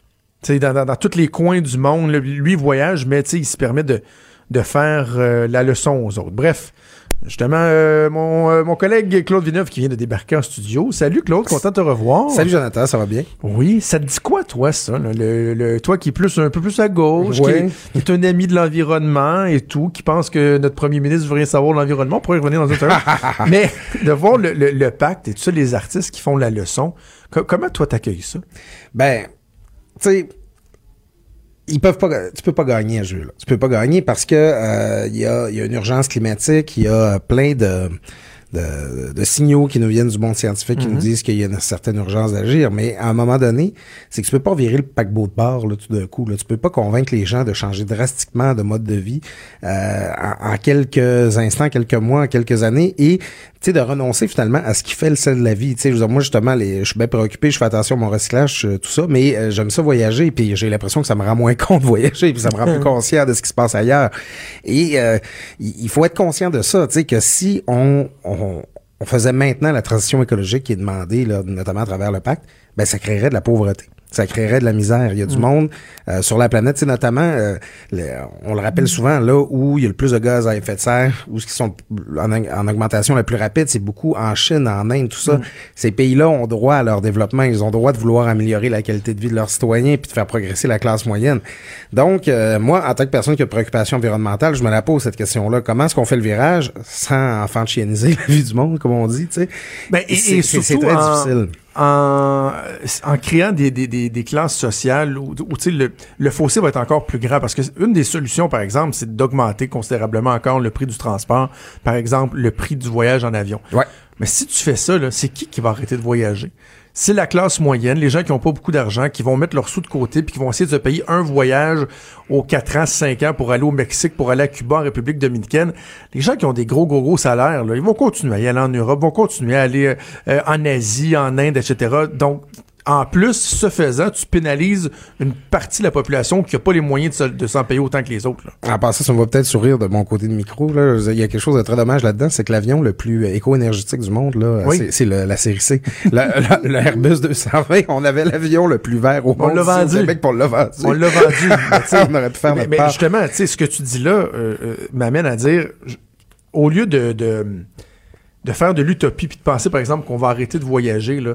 Dans, dans, dans tous les coins du monde, là, lui voyage, mais il se permet de, de faire euh, la leçon aux autres. Bref, justement, euh, mon, euh, mon collègue Claude Villeneuve qui vient de débarquer en studio. Salut Claude, content de te revoir. Salut Jonathan, ça va bien? Oui, ça te dit quoi toi ça? Là, le, le, toi qui est plus un peu plus à gauche, ouais. qui, est, qui est un ami de l'environnement et tout, qui pense que notre premier ministre veut rien savoir de l'environnement, on pourrait y revenir dans une heure. Mais de voir le, le, le pacte et tout ça, les artistes qui font la leçon, co- comment toi t'accueilles ça? Ben, tu sais... Ils peuvent pas, tu peux pas gagner à ce jeu-là. Tu peux pas gagner parce que euh, il y a, il y a une urgence climatique, il y a plein de, de, de signaux qui nous viennent du monde scientifique qui mm-hmm. nous disent qu'il y a une certaine urgence d'agir. Mais à un moment donné, c'est que tu peux pas virer le paquebot de bord là, tout d'un coup. Là. Tu peux pas convaincre les gens de changer drastiquement de mode de vie euh, en, en quelques instants, quelques mois, quelques années et tu sais, de renoncer finalement à ce qui fait le sel de la vie. Tu sais, je veux dire, moi, justement, les, je suis bien préoccupé, je fais attention à mon recyclage, tout ça, mais euh, j'aime ça voyager, puis j'ai l'impression que ça me rend moins con de voyager, puis ça me rend plus conscient de ce qui se passe ailleurs. Et euh, il faut être conscient de ça, tu sais, que si on, on, on faisait maintenant la transition écologique qui est demandée, là, notamment à travers le pacte, ben ça créerait de la pauvreté. Ça créerait de la misère. Il y a du mmh. monde euh, sur la planète, tu sais, notamment, euh, le, on le rappelle souvent, là où il y a le plus de gaz à effet de serre, où ce qui sont en, en augmentation la plus rapide, c'est beaucoup en Chine, en Inde, tout ça. Mmh. Ces pays-là ont droit à leur développement. Ils ont droit de vouloir améliorer la qualité de vie de leurs citoyens puis de faire progresser la classe moyenne. Donc, euh, moi, en tant que personne qui a de préoccupation environnementale, je me la pose cette question-là. Comment est-ce qu'on fait le virage sans enfantianiser la vie du monde, comme on dit, tu sais? Ben, et, c'est, et c'est, surtout c'est très en... difficile. En, en créant des, des, des, des classes sociales où, où tu sais, le, le fossé va être encore plus grand parce que une des solutions, par exemple, c'est d'augmenter considérablement encore le prix du transport. Par exemple, le prix du voyage en avion. Ouais. Mais si tu fais ça, là, c'est qui qui va arrêter de voyager? C'est la classe moyenne, les gens qui n'ont pas beaucoup d'argent, qui vont mettre leurs sous de côté puis qui vont essayer de se payer un voyage aux quatre ans, cinq ans pour aller au Mexique, pour aller à Cuba, en République dominicaine. Les gens qui ont des gros, gros, gros salaires, là, ils vont continuer à y aller en Europe, vont continuer à aller euh, en Asie, en Inde, et cetera. Donc, en plus, ce faisant, tu pénalises une partie de la population qui n'a pas les moyens de, se, de s'en payer autant que les autres. Là. En passant, ça me va peut-être sourire de mon côté de micro. Là. Il y a quelque chose de très dommage là-dedans, c'est que l'avion le plus éco-énergétique du monde, là, oui. c'est, c'est le, la série C. la, la, le Airbus deux cent vingt, on avait l'avion le plus vert au monde. On l'a vendu. Au Québec, on l'a vendu. On l'a vendu. Mais, on aurait pu faire mais, notre mais part. justement, tu sais, ce que tu dis là euh, euh, m'amène à dire, je, au lieu de, de, de faire de l'utopie puis de penser, par exemple, qu'on va arrêter de voyager, là,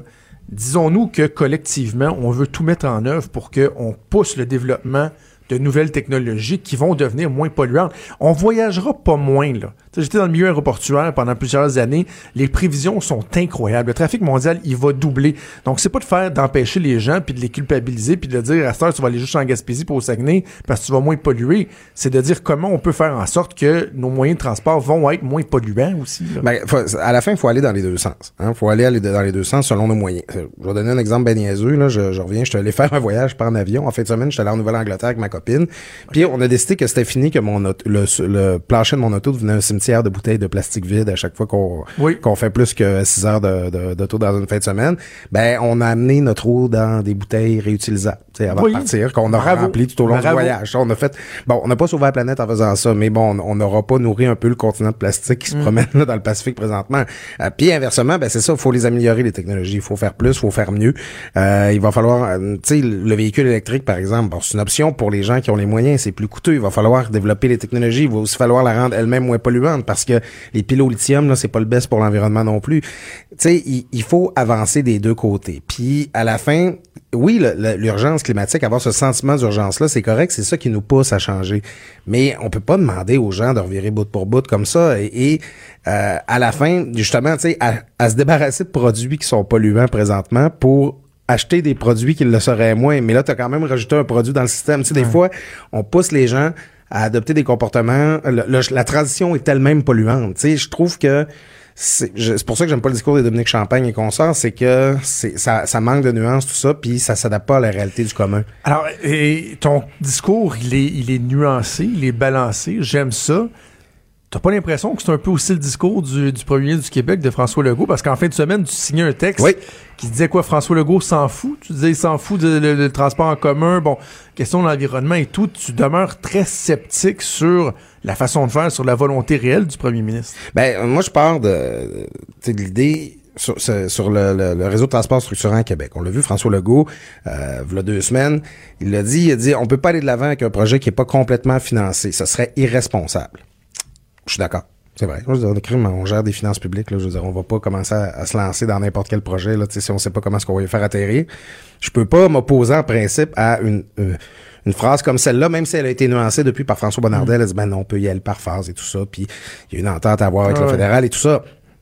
disons-nous que collectivement, on veut tout mettre en œuvre pour qu'on pousse le développement de nouvelles technologies qui vont devenir moins polluantes. On voyagera pas moins, là. T'sais, j'étais dans le milieu aéroportuaire pendant plusieurs années. Les prévisions sont incroyables. Le trafic mondial, il va doubler. Donc, c'est pas de faire, d'empêcher les gens puis de les culpabiliser puis de dire, à cette heure, tu vas aller juste en Gaspésie pour au Saguenay parce que tu vas moins polluer. C'est de dire comment on peut faire en sorte que nos moyens de transport vont être moins polluants aussi, là. Ben, faut, à la fin, il faut aller dans les deux sens. Il hein? faut aller, aller dans les deux sens selon nos moyens. Je vais donner un exemple ben niaiseux. Là. Je, je reviens, je suis allé faire un voyage, je pars en avion. En fin de semaine, je suis allé en Nouvelle-Angleterre avec ma copine. Puis on a décidé que c'était fini, que mon auto, le, le plancher de mon auto devenait un cimetière de bouteilles de plastique vide à chaque fois qu'on oui. qu'on fait plus que six heures de, de, d'auto dans une fin de semaine. Ben, on a amené notre eau dans des bouteilles réutilisables, tu sais, avant oui. de partir, qu'on a Bravo. rempli tout au long Bravo. du voyage. On a fait, bon, on n'a pas sauvé la planète en faisant ça, mais bon, on n'aura pas nourri un peu le continent de plastique qui se mm. promène là, dans le Pacifique présentement. Euh, puis inversement, ben c'est ça, il faut les améliorer les technologies, il faut faire plus, il faut faire mieux. Euh, il va falloir, euh, tu sais, le véhicule électrique par exemple, bon, c'est une option pour les gens qui ont les moyens, c'est plus coûteux. Il va falloir développer les technologies. Il va aussi falloir la rendre elle-même moins polluante parce que les piles au lithium, là, c'est pas le best pour l'environnement non plus. Tu sais, il, il faut avancer des deux côtés. Puis, à la fin, oui, le, le, l'urgence climatique, avoir ce sentiment d'urgence-là, c'est correct. C'est ça qui nous pousse à changer. Mais on peut pas demander aux gens de revirer bout pour bout comme ça. Et, et euh, à la fin, justement, tu sais, à, à se débarrasser de produits qui sont polluants présentement pour acheter des produits qui le seraient moins. Mais là, tu as quand même rajouté un produit dans le système. Tu sais, ouais. des fois, on pousse les gens à adopter des comportements. Le, le, la transition est elle-même polluante. Tu sais, je trouve que c'est, je, c'est pour ça que j'aime pas le discours de Dominique Champagne et consorts, c'est que c'est, ça, ça manque de nuances, tout ça, puis ça s'adapte pas à la réalité du commun. Alors, et ton discours, il est, il est nuancé, il est balancé. J'aime ça. T'as pas l'impression que c'est un peu aussi le discours du, du premier ministre du Québec, de François Legault? Parce qu'en fin de semaine, tu signais un texte oui. qui disait quoi? François Legault s'en fout? Tu disais il s'en fout du de, de transport en commun, bon, question de l'environnement et tout. Tu demeures très sceptique sur la façon de faire, sur la volonté réelle du premier ministre. Ben, moi, je pars de, de l'idée sur, sur le, le, le réseau de transport structurant à Québec. On l'a vu, François Legault, euh, il y a deux semaines, il l'a dit, il a dit, on peut pas aller de l'avant avec un projet qui est pas complètement financé. Ça serait irresponsable. Je suis d'accord. C'est vrai. Je veux dire, on gère des finances publiques. Là, je veux dire, on va pas commencer à, à se lancer dans n'importe quel projet là, si on sait pas comment est-ce qu'on va y faire atterrir. Je peux pas m'opposer en principe à une, une, une phrase comme celle-là, même si elle a été nuancée depuis par François Bonnardel. Elle dit, ben non, on peut y aller par phase et tout ça. Puis il y a une entente à avoir avec ah, le fédéral et tout ça.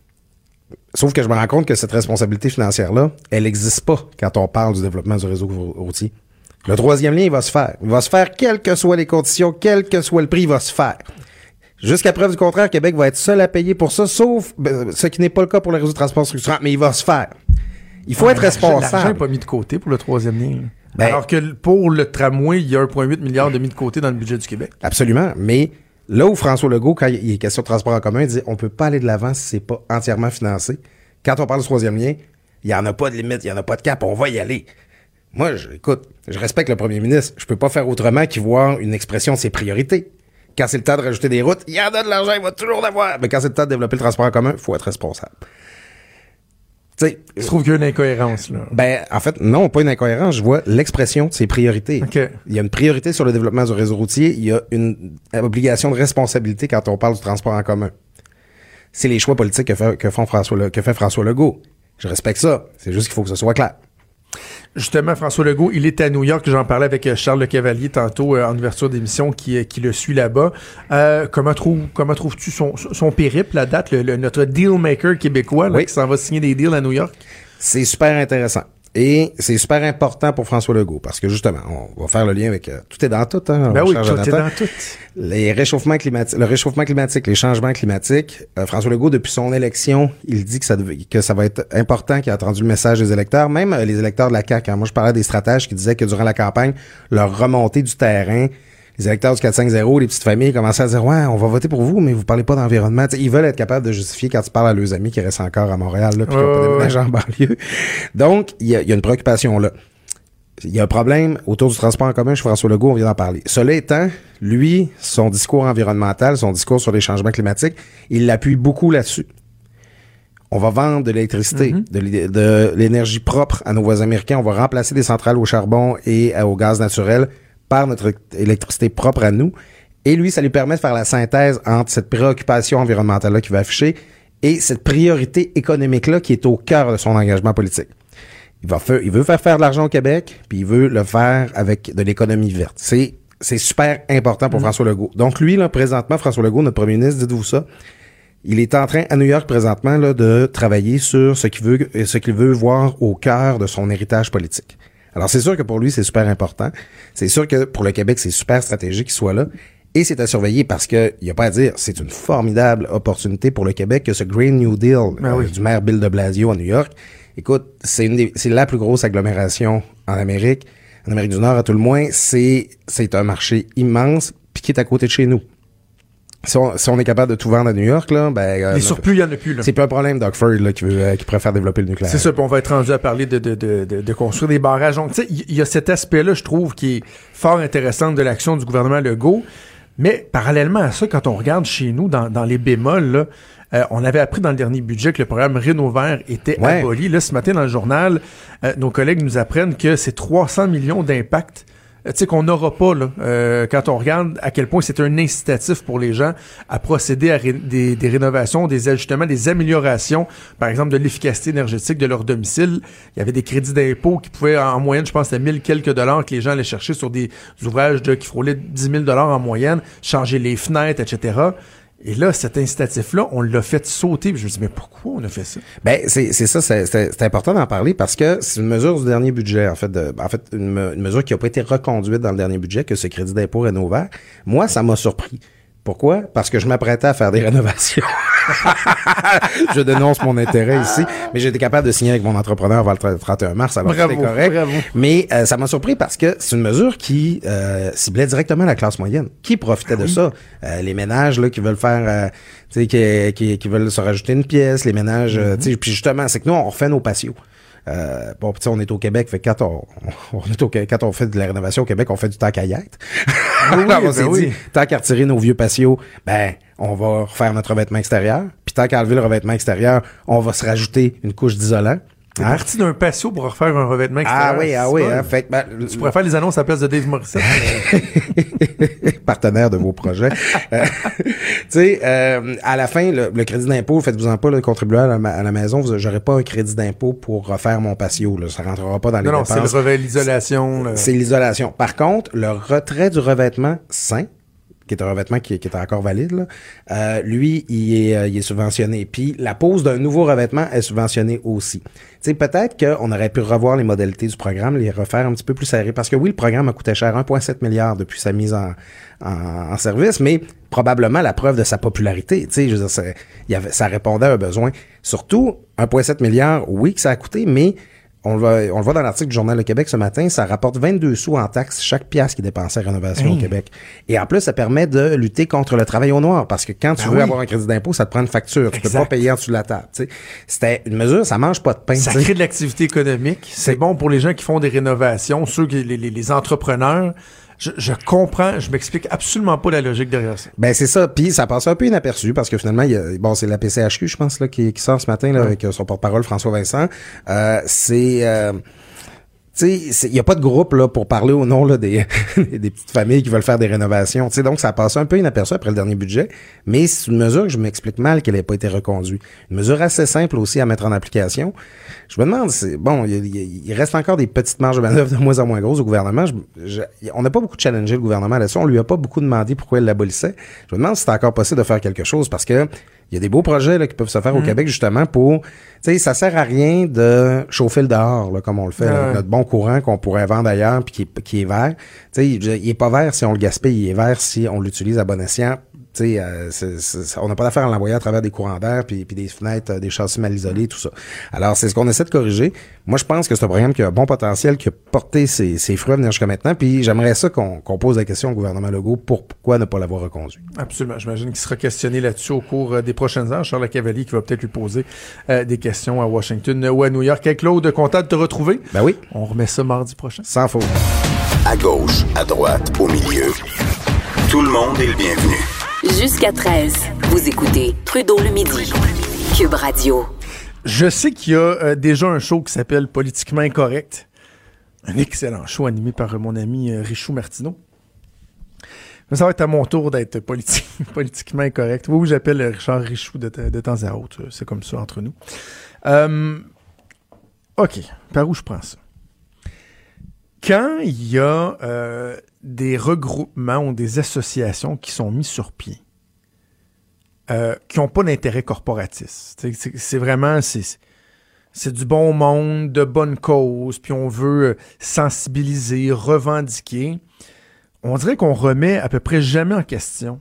Sauf que je me rends compte que cette responsabilité financière-là, elle n'existe pas quand on parle du développement du réseau routier. Le troisième lien, il va se faire. Il va se faire quelles que soient les conditions, quel que soit le prix, il va se faire. Jusqu'à preuve du contraire, Québec va être seul à payer pour ça, sauf ben, ce qui n'est pas le cas pour le réseau de transport structurant, mais il va se faire. Il faut ah, être responsable. L'argent n'est pas mis de côté pour le troisième lien. Ben, alors que pour le tramway, il y a un virgule huit milliard de mis de côté dans le budget du Québec. Absolument, mais là où François Legault, quand il est question de transport en commun, il dit on peut pas aller de l'avant si c'est pas entièrement financé. Quand on parle du troisième lien, il y en a pas de limite, il y en a pas de cap, on va y aller. Moi, je, écoute, je respecte le premier ministre. Je peux pas faire autrement qu'il voit une expression de ses priorités. Quand c'est le temps de rajouter des routes, il y en a de l'argent, il va toujours en avoir. Mais quand c'est le temps de développer le transport en commun, il faut être responsable. Tu sais, je trouve qu'il y a une incohérence, là. Ben, en fait, non, pas une incohérence. Je vois l'expression de ses priorités. Okay. Il y a une priorité sur le développement du réseau routier. Il y a une obligation de responsabilité quand on parle du transport en commun. C'est les choix politiques que fait, que font François, que fait François Legault. Je respecte ça. C'est juste qu'il faut que ce soit clair. Justement, François Legault, il est à New York. J'en parlais avec Charles Le Cavalier tantôt euh, en ouverture d'émission qui, qui le suit là-bas. Euh, comment, trouve, comment trouves-tu son, son périple, la date, le, le, notre dealmaker québécois là, oui. qui s'en va signer des deals à New York? C'est super intéressant. Et c'est super important pour François Legault parce que justement, on va faire le lien avec... Euh, tout est dans tout, hein? Ben oui, tout est dans tout. Les réchauffements climatiques, le réchauffement climatique, les changements climatiques. Euh, François Legault, depuis son élection, il dit que ça, devait, que ça va être important, qu'il a entendu le message des électeurs, même euh, les électeurs de la C A Q. Hein. Moi, je parlais des stratèges qui disaient que durant la campagne, leur remontée du terrain, les électeurs du quatre cinq zéro, les petites familles commençaient à dire « Ouais, on va voter pour vous, mais vous parlez pas d'environnement. » T'sais, ils veulent être capables de justifier quand ils parlent à leurs amis qui restent encore à Montréal, là, puis qui n'ont pas déménagé en banlieue. Donc, il y a, y a une préoccupation là. Il y a un problème autour du transport en commun chez François Legault, on vient d'en parler. Cela étant, lui, son discours environnemental, son discours sur les changements climatiques, il l'appuie beaucoup là-dessus. On va vendre de l'électricité, mm-hmm. de, de l'énergie propre à nos voisins américains. On va remplacer des centrales au charbon et au gaz naturel par notre électricité propre à nous. Et lui, ça lui permet de faire la synthèse entre cette préoccupation environnementale-là qu'il va afficher et cette priorité économique-là qui est au cœur de son engagement politique. Il, va faire, il veut faire faire de l'argent au Québec, puis il veut le faire avec de l'économie verte. C'est, c'est super important pour mmh. François Legault. Donc lui, là, présentement, François Legault, notre premier ministre, dites-vous ça, il est en train, à New York présentement, là, de travailler sur ce qu'il veut, ce qu'il veut voir au cœur de son héritage politique. Alors c'est sûr que pour lui, c'est super important. C'est sûr que pour le Québec, c'est super stratégique qu'il soit là. Et c'est à surveiller parce que il y a pas à dire, c'est une formidable opportunité pour le Québec que ce Green New Deal ben oui. euh, du maire Bill de Blasio à New York. Écoute, c'est une des, c'est la plus grosse agglomération en Amérique, en Amérique du Nord à tout le moins. C'est c'est un marché immense puis qui est à côté de chez nous. Si on, si on est capable de tout vendre à New York, là, ben... Les euh, surplus, il n'y en a plus, là. C'est pas un problème, Doug Ford, là, qui veut, euh, qui préfère développer le nucléaire. C'est ça, puis on va être rendu à parler de, de, de, de, de construire des barrages. Donc, tu sais, il y, y a cet aspect-là, je trouve, qui est fort intéressant de l'action du gouvernement Legault. Mais, parallèlement à ça, quand on regarde chez nous, dans, dans les bémols, là, euh, on avait appris dans le dernier budget que le programme Rénov'Vert était ouais. aboli. Là, ce matin, dans le journal, euh, nos collègues nous apprennent que c'est trois cents millions d'impact tu sais, qu'on n'aura pas, là, euh, quand on regarde à quel point c'est un incitatif pour les gens à procéder à ré- des, des rénovations, des ajustements, des améliorations, par exemple de l'efficacité énergétique de leur domicile. Il y avait des crédits d'impôt qui pouvaient, en moyenne, je pense, c'était mille quelques dollars que les gens allaient chercher sur des ouvrages de, qui frôlaient dix mille dollars en moyenne, changer les fenêtres, et cetera. Et là, cet incitatif-là, on l'a fait sauter. Puis je me dis, mais pourquoi on a fait ça? Ben, c'est, c'est ça, c'est, c'est, c'est important d'en parler parce que c'est une mesure du dernier budget, en fait, de, en fait, une, une mesure qui n'a pas été reconduite dans le dernier budget, que ce crédit d'impôt Rénov'Vert. Moi, ça m'a surpris. Pourquoi? Parce que je m'apprêtais à faire des rénovations. Je dénonce mon intérêt ici, mais j'ai été capable de signer avec mon entrepreneur avant le trente et un mars, alors bravo, c'était correct. Bravo. Mais euh, ça m'a surpris parce que c'est une mesure qui euh, ciblait directement la classe moyenne. Qui profitait ah, de oui. ça? Euh, les ménages là qui veulent faire, euh, tu sais, qui, qui, qui veulent se rajouter une pièce, les ménages, mm-hmm. euh, tu sais, puis justement, c'est que nous, on refait nos patios. Euh, bon, tu sais, on est au Québec, fait que quand on, on est au, quand on fait de la rénovation au Québec, on fait du tac à yêtre. Oui, alors, on ben s'est oui. dit, tant qu'à retirer nos vieux patios, ben, on va refaire notre revêtement extérieur. Puis tant qu'à enlever le revêtement extérieur, on va se rajouter une couche d'isolant. C'est hein? parti d'un patio pour refaire un revêtement extérieur. Ah oui, ah oui. Hein, fait, ben, tu pourrais faire les annonces à la place de Dave Morissette. Partenaire de vos projets. euh, tu sais, euh, à la fin, le, le crédit d'impôt, faites-vous-en pas, le contribuable à, à la maison, vous, j'aurai pas un crédit d'impôt pour refaire mon patio. Là, ça rentrera pas dans les non, dépenses. Non, c'est le revêt, l'isolation. C'est, c'est l'isolation. Par contre, le retrait du revêtement sain, qui est un revêtement qui, qui est encore valide, là, euh, lui, il est, euh, il est subventionné. Puis la pose d'un nouveau revêtement est subventionnée aussi. Tu sais, peut-être qu'on aurait pu revoir les modalités du programme, les refaire un petit peu plus serrés. Parce que oui, le programme a coûté cher, un virgule sept milliard depuis sa mise en, en, en service, mais probablement la preuve de sa popularité. Tu sais, je veux dire, ça, il y avait, ça répondait à un besoin. Surtout, un virgule sept milliard, oui que ça a coûté, mais On le, voit, on le voit dans l'article du Journal Le Québec ce matin, ça rapporte vingt-deux sous en taxes chaque pièce qui dépensait à rénovation mmh. au Québec. Et en plus, ça permet de lutter contre le travail au noir, parce que quand tu ben veux oui. avoir un crédit d'impôt, ça te prend une facture. Exact. Tu peux pas payer en dessous de la table. T'sais. C'était une mesure, ça mange pas de pain. Ça t'sais. crée de l'activité économique. C'est, c'est bon pour les gens qui font des rénovations, ceux qui, les, les, les entrepreneurs. Je, je comprends, je m'explique absolument pas la logique derrière ça. Ben c'est ça, puis ça passe un peu inaperçu parce que finalement, il y a, bon, c'est la P C H Q, je pense là, qui, qui sort ce matin là, ouais. avec son porte-parole François Vincent. Euh, c'est euh, tu sais, il y a pas de groupe là pour parler au nom là des des petites familles qui veulent faire des rénovations. Tu sais, donc ça passe un peu inaperçu après le dernier budget, mais c'est une mesure que je m'explique mal qu'elle ait pas été reconduite. Une mesure assez simple aussi à mettre en application. Je me demande, c'est bon, il, il, il reste encore des petites marges de manœuvre de moins en moins grosses au gouvernement. Je, je, on n'a pas beaucoup challengé le gouvernement là-dessus. On lui a pas beaucoup demandé pourquoi il l'abolissait. Je me demande si c'est encore possible de faire quelque chose parce que il y a des beaux projets là, qui peuvent se faire mmh. au Québec justement pour, tu sais, ça sert à rien de chauffer le dehors là, comme on le fait, ouais. là, notre bon courant qu'on pourrait vendre ailleurs puis qui est, qui est vert. Tu sais, il, il est pas vert si on le gaspille, il est vert si on l'utilise à bon escient. Tu sais, euh, c'est, c'est, on n'a pas d'affaire à l'envoyer à travers des courants d'air puis, puis des fenêtres, euh, des châssis mal isolés, tout ça. Alors, c'est ce qu'on essaie de corriger. Moi, je pense que c'est un programme qui a un bon potentiel, qui a porté ses, ses fruits à venir jusqu'à maintenant. Puis, j'aimerais ça qu'on, qu'on pose la question au gouvernement Legault pour pourquoi ne pas l'avoir reconduit. Absolument. J'imagine qu'il sera questionné là-dessus au cours euh, des prochaines heures. Charles Cavalier qui va peut-être lui poser euh, des questions à Washington ou à New York. Hey, Claude, content de te retrouver. Ben oui. On remet ça mardi prochain. Sans faute. À gauche, à droite, au milieu. Tout le monde est le bienvenu. Jusqu'à treize, vous écoutez Trudeau le midi, Cube Radio. Je sais qu'il y a euh, déjà un show qui s'appelle Politiquement Incorrect. Un excellent show animé par euh, mon ami euh, Richou Martineau. Mais ça va être à mon tour d'être politi- politiquement incorrect. Oui, j'appelle Richard Richou de, t- de temps à autre. C'est comme ça entre nous. Euh, OK, par où je prends ça? Quand il y a euh, des regroupements ou des associations qui sont mis sur pied, euh, qui n'ont pas d'intérêt corporatiste, c'est, c'est, c'est vraiment... C'est, c'est du bon monde, de bonne cause, puis on veut sensibiliser, revendiquer, on dirait qu'on remet à peu près jamais en question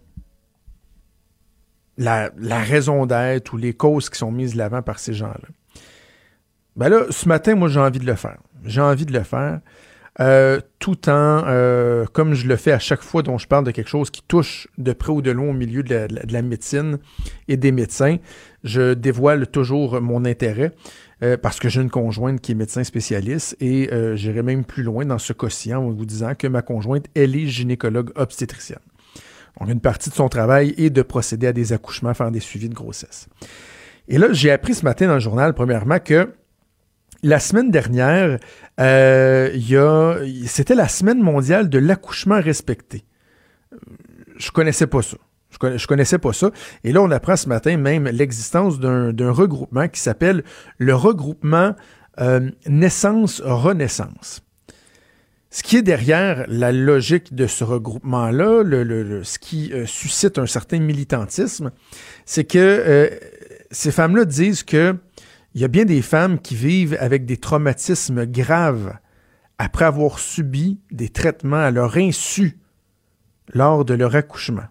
la, la raison d'être ou les causes qui sont mises de l'avant par ces gens-là. Ben là, ce matin, moi, j'ai envie de le faire. J'ai envie de le faire, euh, tout en, euh, comme je le fais à chaque fois dont je parle de quelque chose qui touche de près ou de loin au milieu de la, de la, de la médecine et des médecins, je dévoile toujours mon intérêt euh, parce que j'ai une conjointe qui est médecin spécialiste et euh, j'irai même plus loin dans ce cas-ci en vous disant que ma conjointe, elle est gynécologue obstétricienne. Donc, une partie de son travail est de procéder à des accouchements, faire des suivis de grossesse. Et là, j'ai appris ce matin dans le journal, premièrement, que la semaine dernière, euh, y a, c'était la semaine mondiale de l'accouchement respecté. Je connaissais pas ça. Je, conna, je connaissais pas ça. Et là, on apprend ce matin même l'existence d'un, d'un regroupement qui s'appelle le regroupement euh, Naissance-Renaissance. Ce qui est derrière la logique de ce regroupement-là, le, le, le, ce qui euh, suscite un certain militantisme, c'est que euh, ces femmes-là disent que il y a bien des femmes qui vivent avec des traumatismes graves après avoir subi des traitements à leur insu lors de leur accouchement.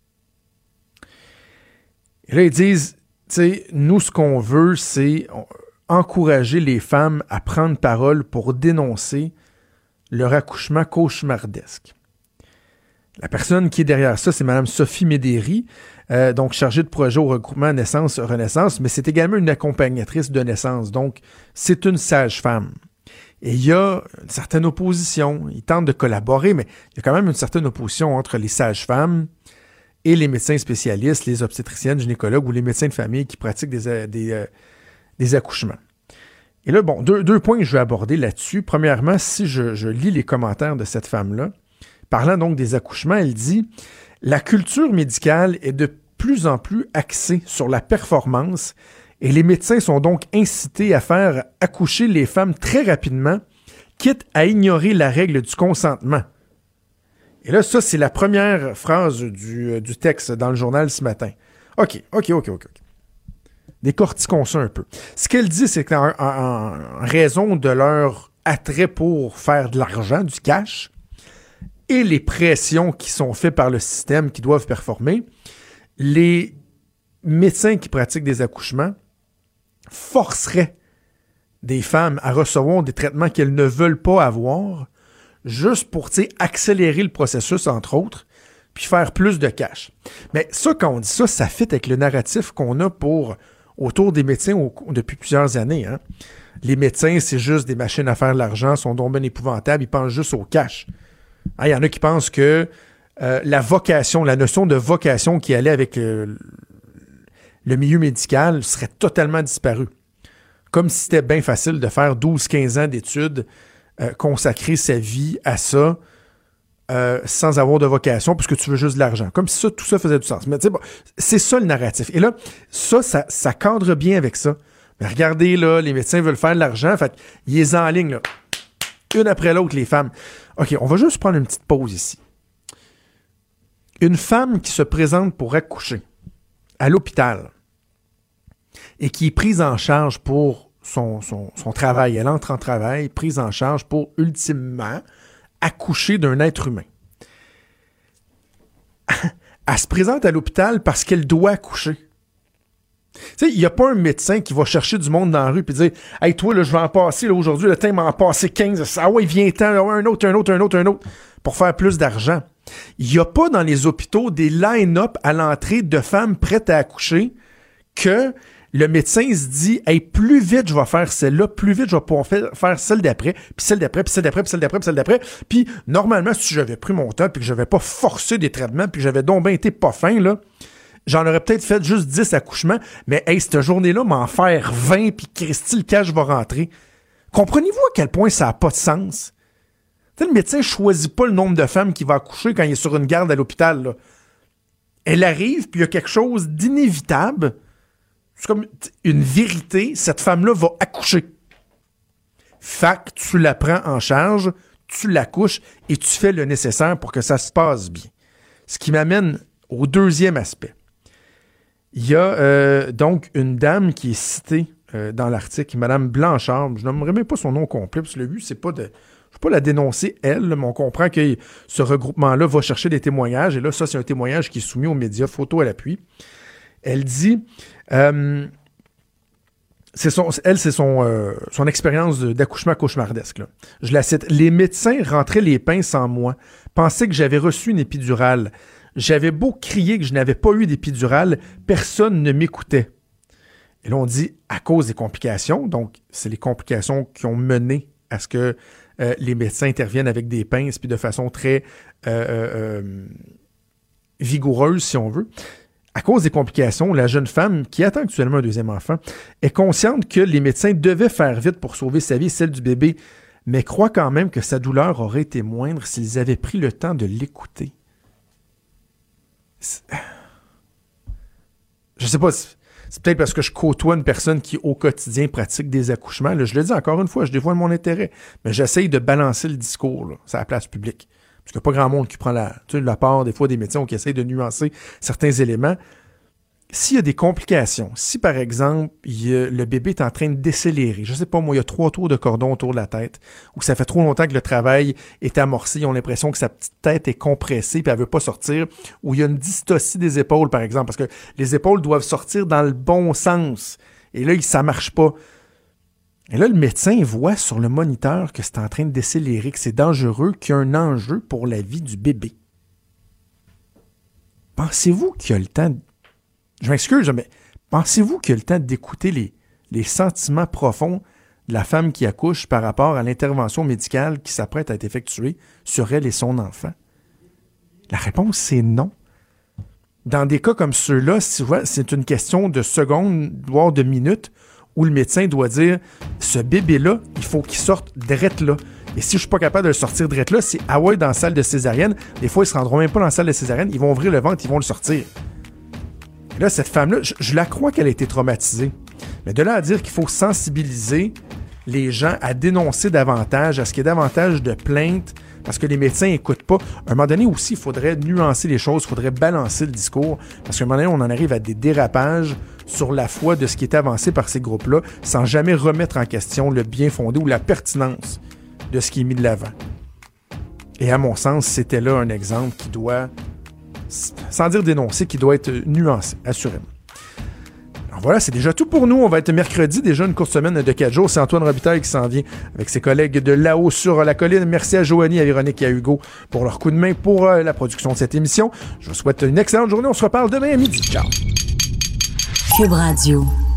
Et là, ils disent, tu sais, nous, ce qu'on veut, c'est encourager les femmes à prendre parole pour dénoncer leur accouchement cauchemardesque. La personne qui est derrière ça, c'est Mme Sophie Médéry, euh, donc chargée de projet au regroupement Naissance-Renaissance, mais c'est également une accompagnatrice de naissance, donc c'est une sage-femme. Et il y a une certaine opposition, ils tentent de collaborer, mais il y a quand même une certaine opposition entre les sages-femmes et les médecins spécialistes, les obstétriciennes, gynécologues ou les médecins de famille qui pratiquent des, des, euh, des accouchements. Et là, bon, deux, deux points que je vais aborder là-dessus. Premièrement, si je, je lis les commentaires de cette femme-là, parlant donc des accouchements, elle dit « La culture médicale est de plus en plus axée sur la performance et les médecins sont donc incités à faire accoucher les femmes très rapidement, quitte à ignorer la règle du consentement. » Et là, ça, c'est la première phrase du, du texte dans le journal ce matin. OK, OK, OK, OK. OK. Décortiquons ça un peu. Ce qu'elle dit, c'est qu'en en, en raison de leur attrait pour faire de l'argent, du cash, et les pressions qui sont faites par le système qui doivent performer, les médecins qui pratiquent des accouchements forceraient des femmes à recevoir des traitements qu'elles ne veulent pas avoir, juste pour, tu sais, accélérer le processus, entre autres, puis faire plus de cash. Mais ça, quand on dit ça, ça fit avec le narratif qu'on a pour autour des médecins au, depuis plusieurs années. Hein. Les médecins, c'est juste des machines à faire de l'argent, sont donc bien épouvantables, ils pensent juste au cash. Il hein, y en a qui pensent que euh, la vocation, la notion de vocation qui allait avec le, le milieu médical serait totalement disparue. Comme si c'était bien facile de faire douze à quinze ans d'études, euh, consacrer sa vie à ça, euh, sans avoir de vocation, puisque tu veux juste de l'argent. Comme si ça, tout ça faisait du sens. Mais tu sais, bon, c'est ça le narratif. Et là, ça, ça, ça cadre bien avec ça. Mais regardez, là, les médecins veulent faire de l'argent, fait ils les enlignent, là, une après l'autre, les femmes. OK, on va juste prendre une petite pause ici. Une femme qui se présente pour accoucher à l'hôpital et qui est prise en charge pour son, son, son travail, elle entre en travail, prise en charge pour, ultimement, accoucher d'un être humain. Elle se présente à l'hôpital parce qu'elle doit accoucher. Tu sais, il n'y a pas un médecin qui va chercher du monde dans la rue et dire « Hey, toi, là, je vais en passer là, aujourd'hui, le temps m'en passer quinze. Ah ouais, viens-t'en, un autre, un autre, un autre, un autre, pour faire plus d'argent. » Il n'y a pas dans les hôpitaux des line-up à l'entrée de femmes prêtes à accoucher que le médecin se dit « Hey, plus vite je vais faire celle-là, plus vite je vais pouvoir faire, faire celle d'après, puis celle d'après, puis celle d'après, puis celle d'après, puis celle d'après. » Puis normalement, si j'avais pris mon temps, puis que j'avais pas forcé des traitements, puis que j'avais donc bien été pas fin, là, j'en aurais peut-être fait juste dix accouchements, mais hey, cette journée-là, m'en faire vingt, puis Christy, le cash va rentrer. Comprenez-vous à quel point ça n'a pas de sens? T'sais, le médecin ne choisit pas le nombre de femmes qu'il va accoucher quand il est sur une garde à l'hôpital, là. Elle arrive, puis il y a quelque chose d'inévitable. C'est comme une vérité, cette femme-là va accoucher. Fac, tu la prends en charge, tu l'accouches et tu fais le nécessaire pour que ça se passe bien. Ce qui m'amène au deuxième aspect. Il y a euh, donc une dame qui est citée euh, dans l'article, Mme Blanchard. Je n'aimerais même pas son nom complet, parce que le but, c'est pas de... Je ne veux pas la dénoncer, elle, mais on comprend que ce regroupement-là va chercher des témoignages. Et là, ça, c'est un témoignage qui est soumis aux médias, photo à l'appui. Elle dit... Euh, c'est son, elle, c'est son, euh, son expérience de, d'accouchement cauchemardesque. Là. Je la cite. « Les médecins rentraient les pinces en moi, pensaient que j'avais reçu une épidurale. J'avais beau crier que je n'avais pas eu d'épidurale, personne ne m'écoutait. » Et là, on dit « à cause des complications ». Donc, c'est les complications qui ont mené à ce que euh, les médecins interviennent avec des pinces, puis de façon très euh, euh, vigoureuse, si on veut. À cause des complications, la jeune femme, qui attend actuellement un deuxième enfant, est consciente que les médecins devaient faire vite pour sauver sa vie et celle du bébé, mais croit quand même que sa douleur aurait été moindre s'ils avaient pris le temps de l'écouter. C'est... Je sais pas, c'est, c'est peut-être parce que je côtoie une personne qui, au quotidien, pratique des accouchements. Là, je le dis encore une fois, je dévoile mon intérêt, mais j'essaye de balancer le discours là, sur la place publique. Parce qu'il n'y a pas grand monde qui prend la, tu sais, la part des fois des médecins ou qui essayent de nuancer certains éléments. S'il y a des complications, si par exemple il y a, le bébé est en train de décélérer, je sais pas moi, il y a trois tours de cordon autour de la tête, ou ça fait trop longtemps que le travail est amorcé, ils ont l'impression que sa petite tête est compressée puis elle veut pas sortir, ou il y a une dystocie des épaules par exemple, parce que les épaules doivent sortir dans le bon sens, et là ça marche pas. Et là, le médecin voit sur le moniteur que c'est en train de décélérer, que c'est dangereux, qu'il y a un enjeu pour la vie du bébé. Pensez-vous qu'il y a le temps... De... Je m'excuse, mais pensez-vous qu'il y a le temps d'écouter les, les sentiments profonds de la femme qui accouche par rapport à l'intervention médicale qui s'apprête à être effectuée sur elle et son enfant? La réponse, c'est non. Dans des cas comme ceux-là, c'est une question de secondes, voire de minutes, où le médecin doit dire « ce bébé-là, il faut qu'il sorte drette là. Et si je suis pas capable de le sortir drette là, c'est ah ouais dans la salle de césarienne. Des fois, ils se rendront même pas dans la salle de césarienne. Ils vont ouvrir le ventre, ils vont le sortir. » Et là, cette femme-là, je, je la crois qu'elle a été traumatisée. Mais de là à dire qu'il faut sensibiliser les gens à dénoncer davantage, à ce qu'il y ait davantage de plaintes, parce que les médecins n'écoutent pas. À un moment donné aussi, il faudrait nuancer les choses, il faudrait balancer le discours, parce qu'à un moment donné, on en arrive à des dérapages sur la foi de ce qui est avancé par ces groupes-là, sans jamais remettre en question le bien fondé ou la pertinence de ce qui est mis de l'avant. Et à mon sens, c'était là un exemple qui doit, sans dire dénoncer, qui doit être nuancé, assurément. Alors voilà, c'est déjà tout pour nous. On va être mercredi, déjà une courte semaine de quatre jours. C'est Antoine Robitaille qui s'en vient avec ses collègues de là-haut sur la colline. Merci à Joanie, à Véronique et à Hugo pour leur coup de main pour euh, la production de cette émission. Je vous souhaite une excellente journée. On se reparle demain à midi. Ciao. Cube Radio.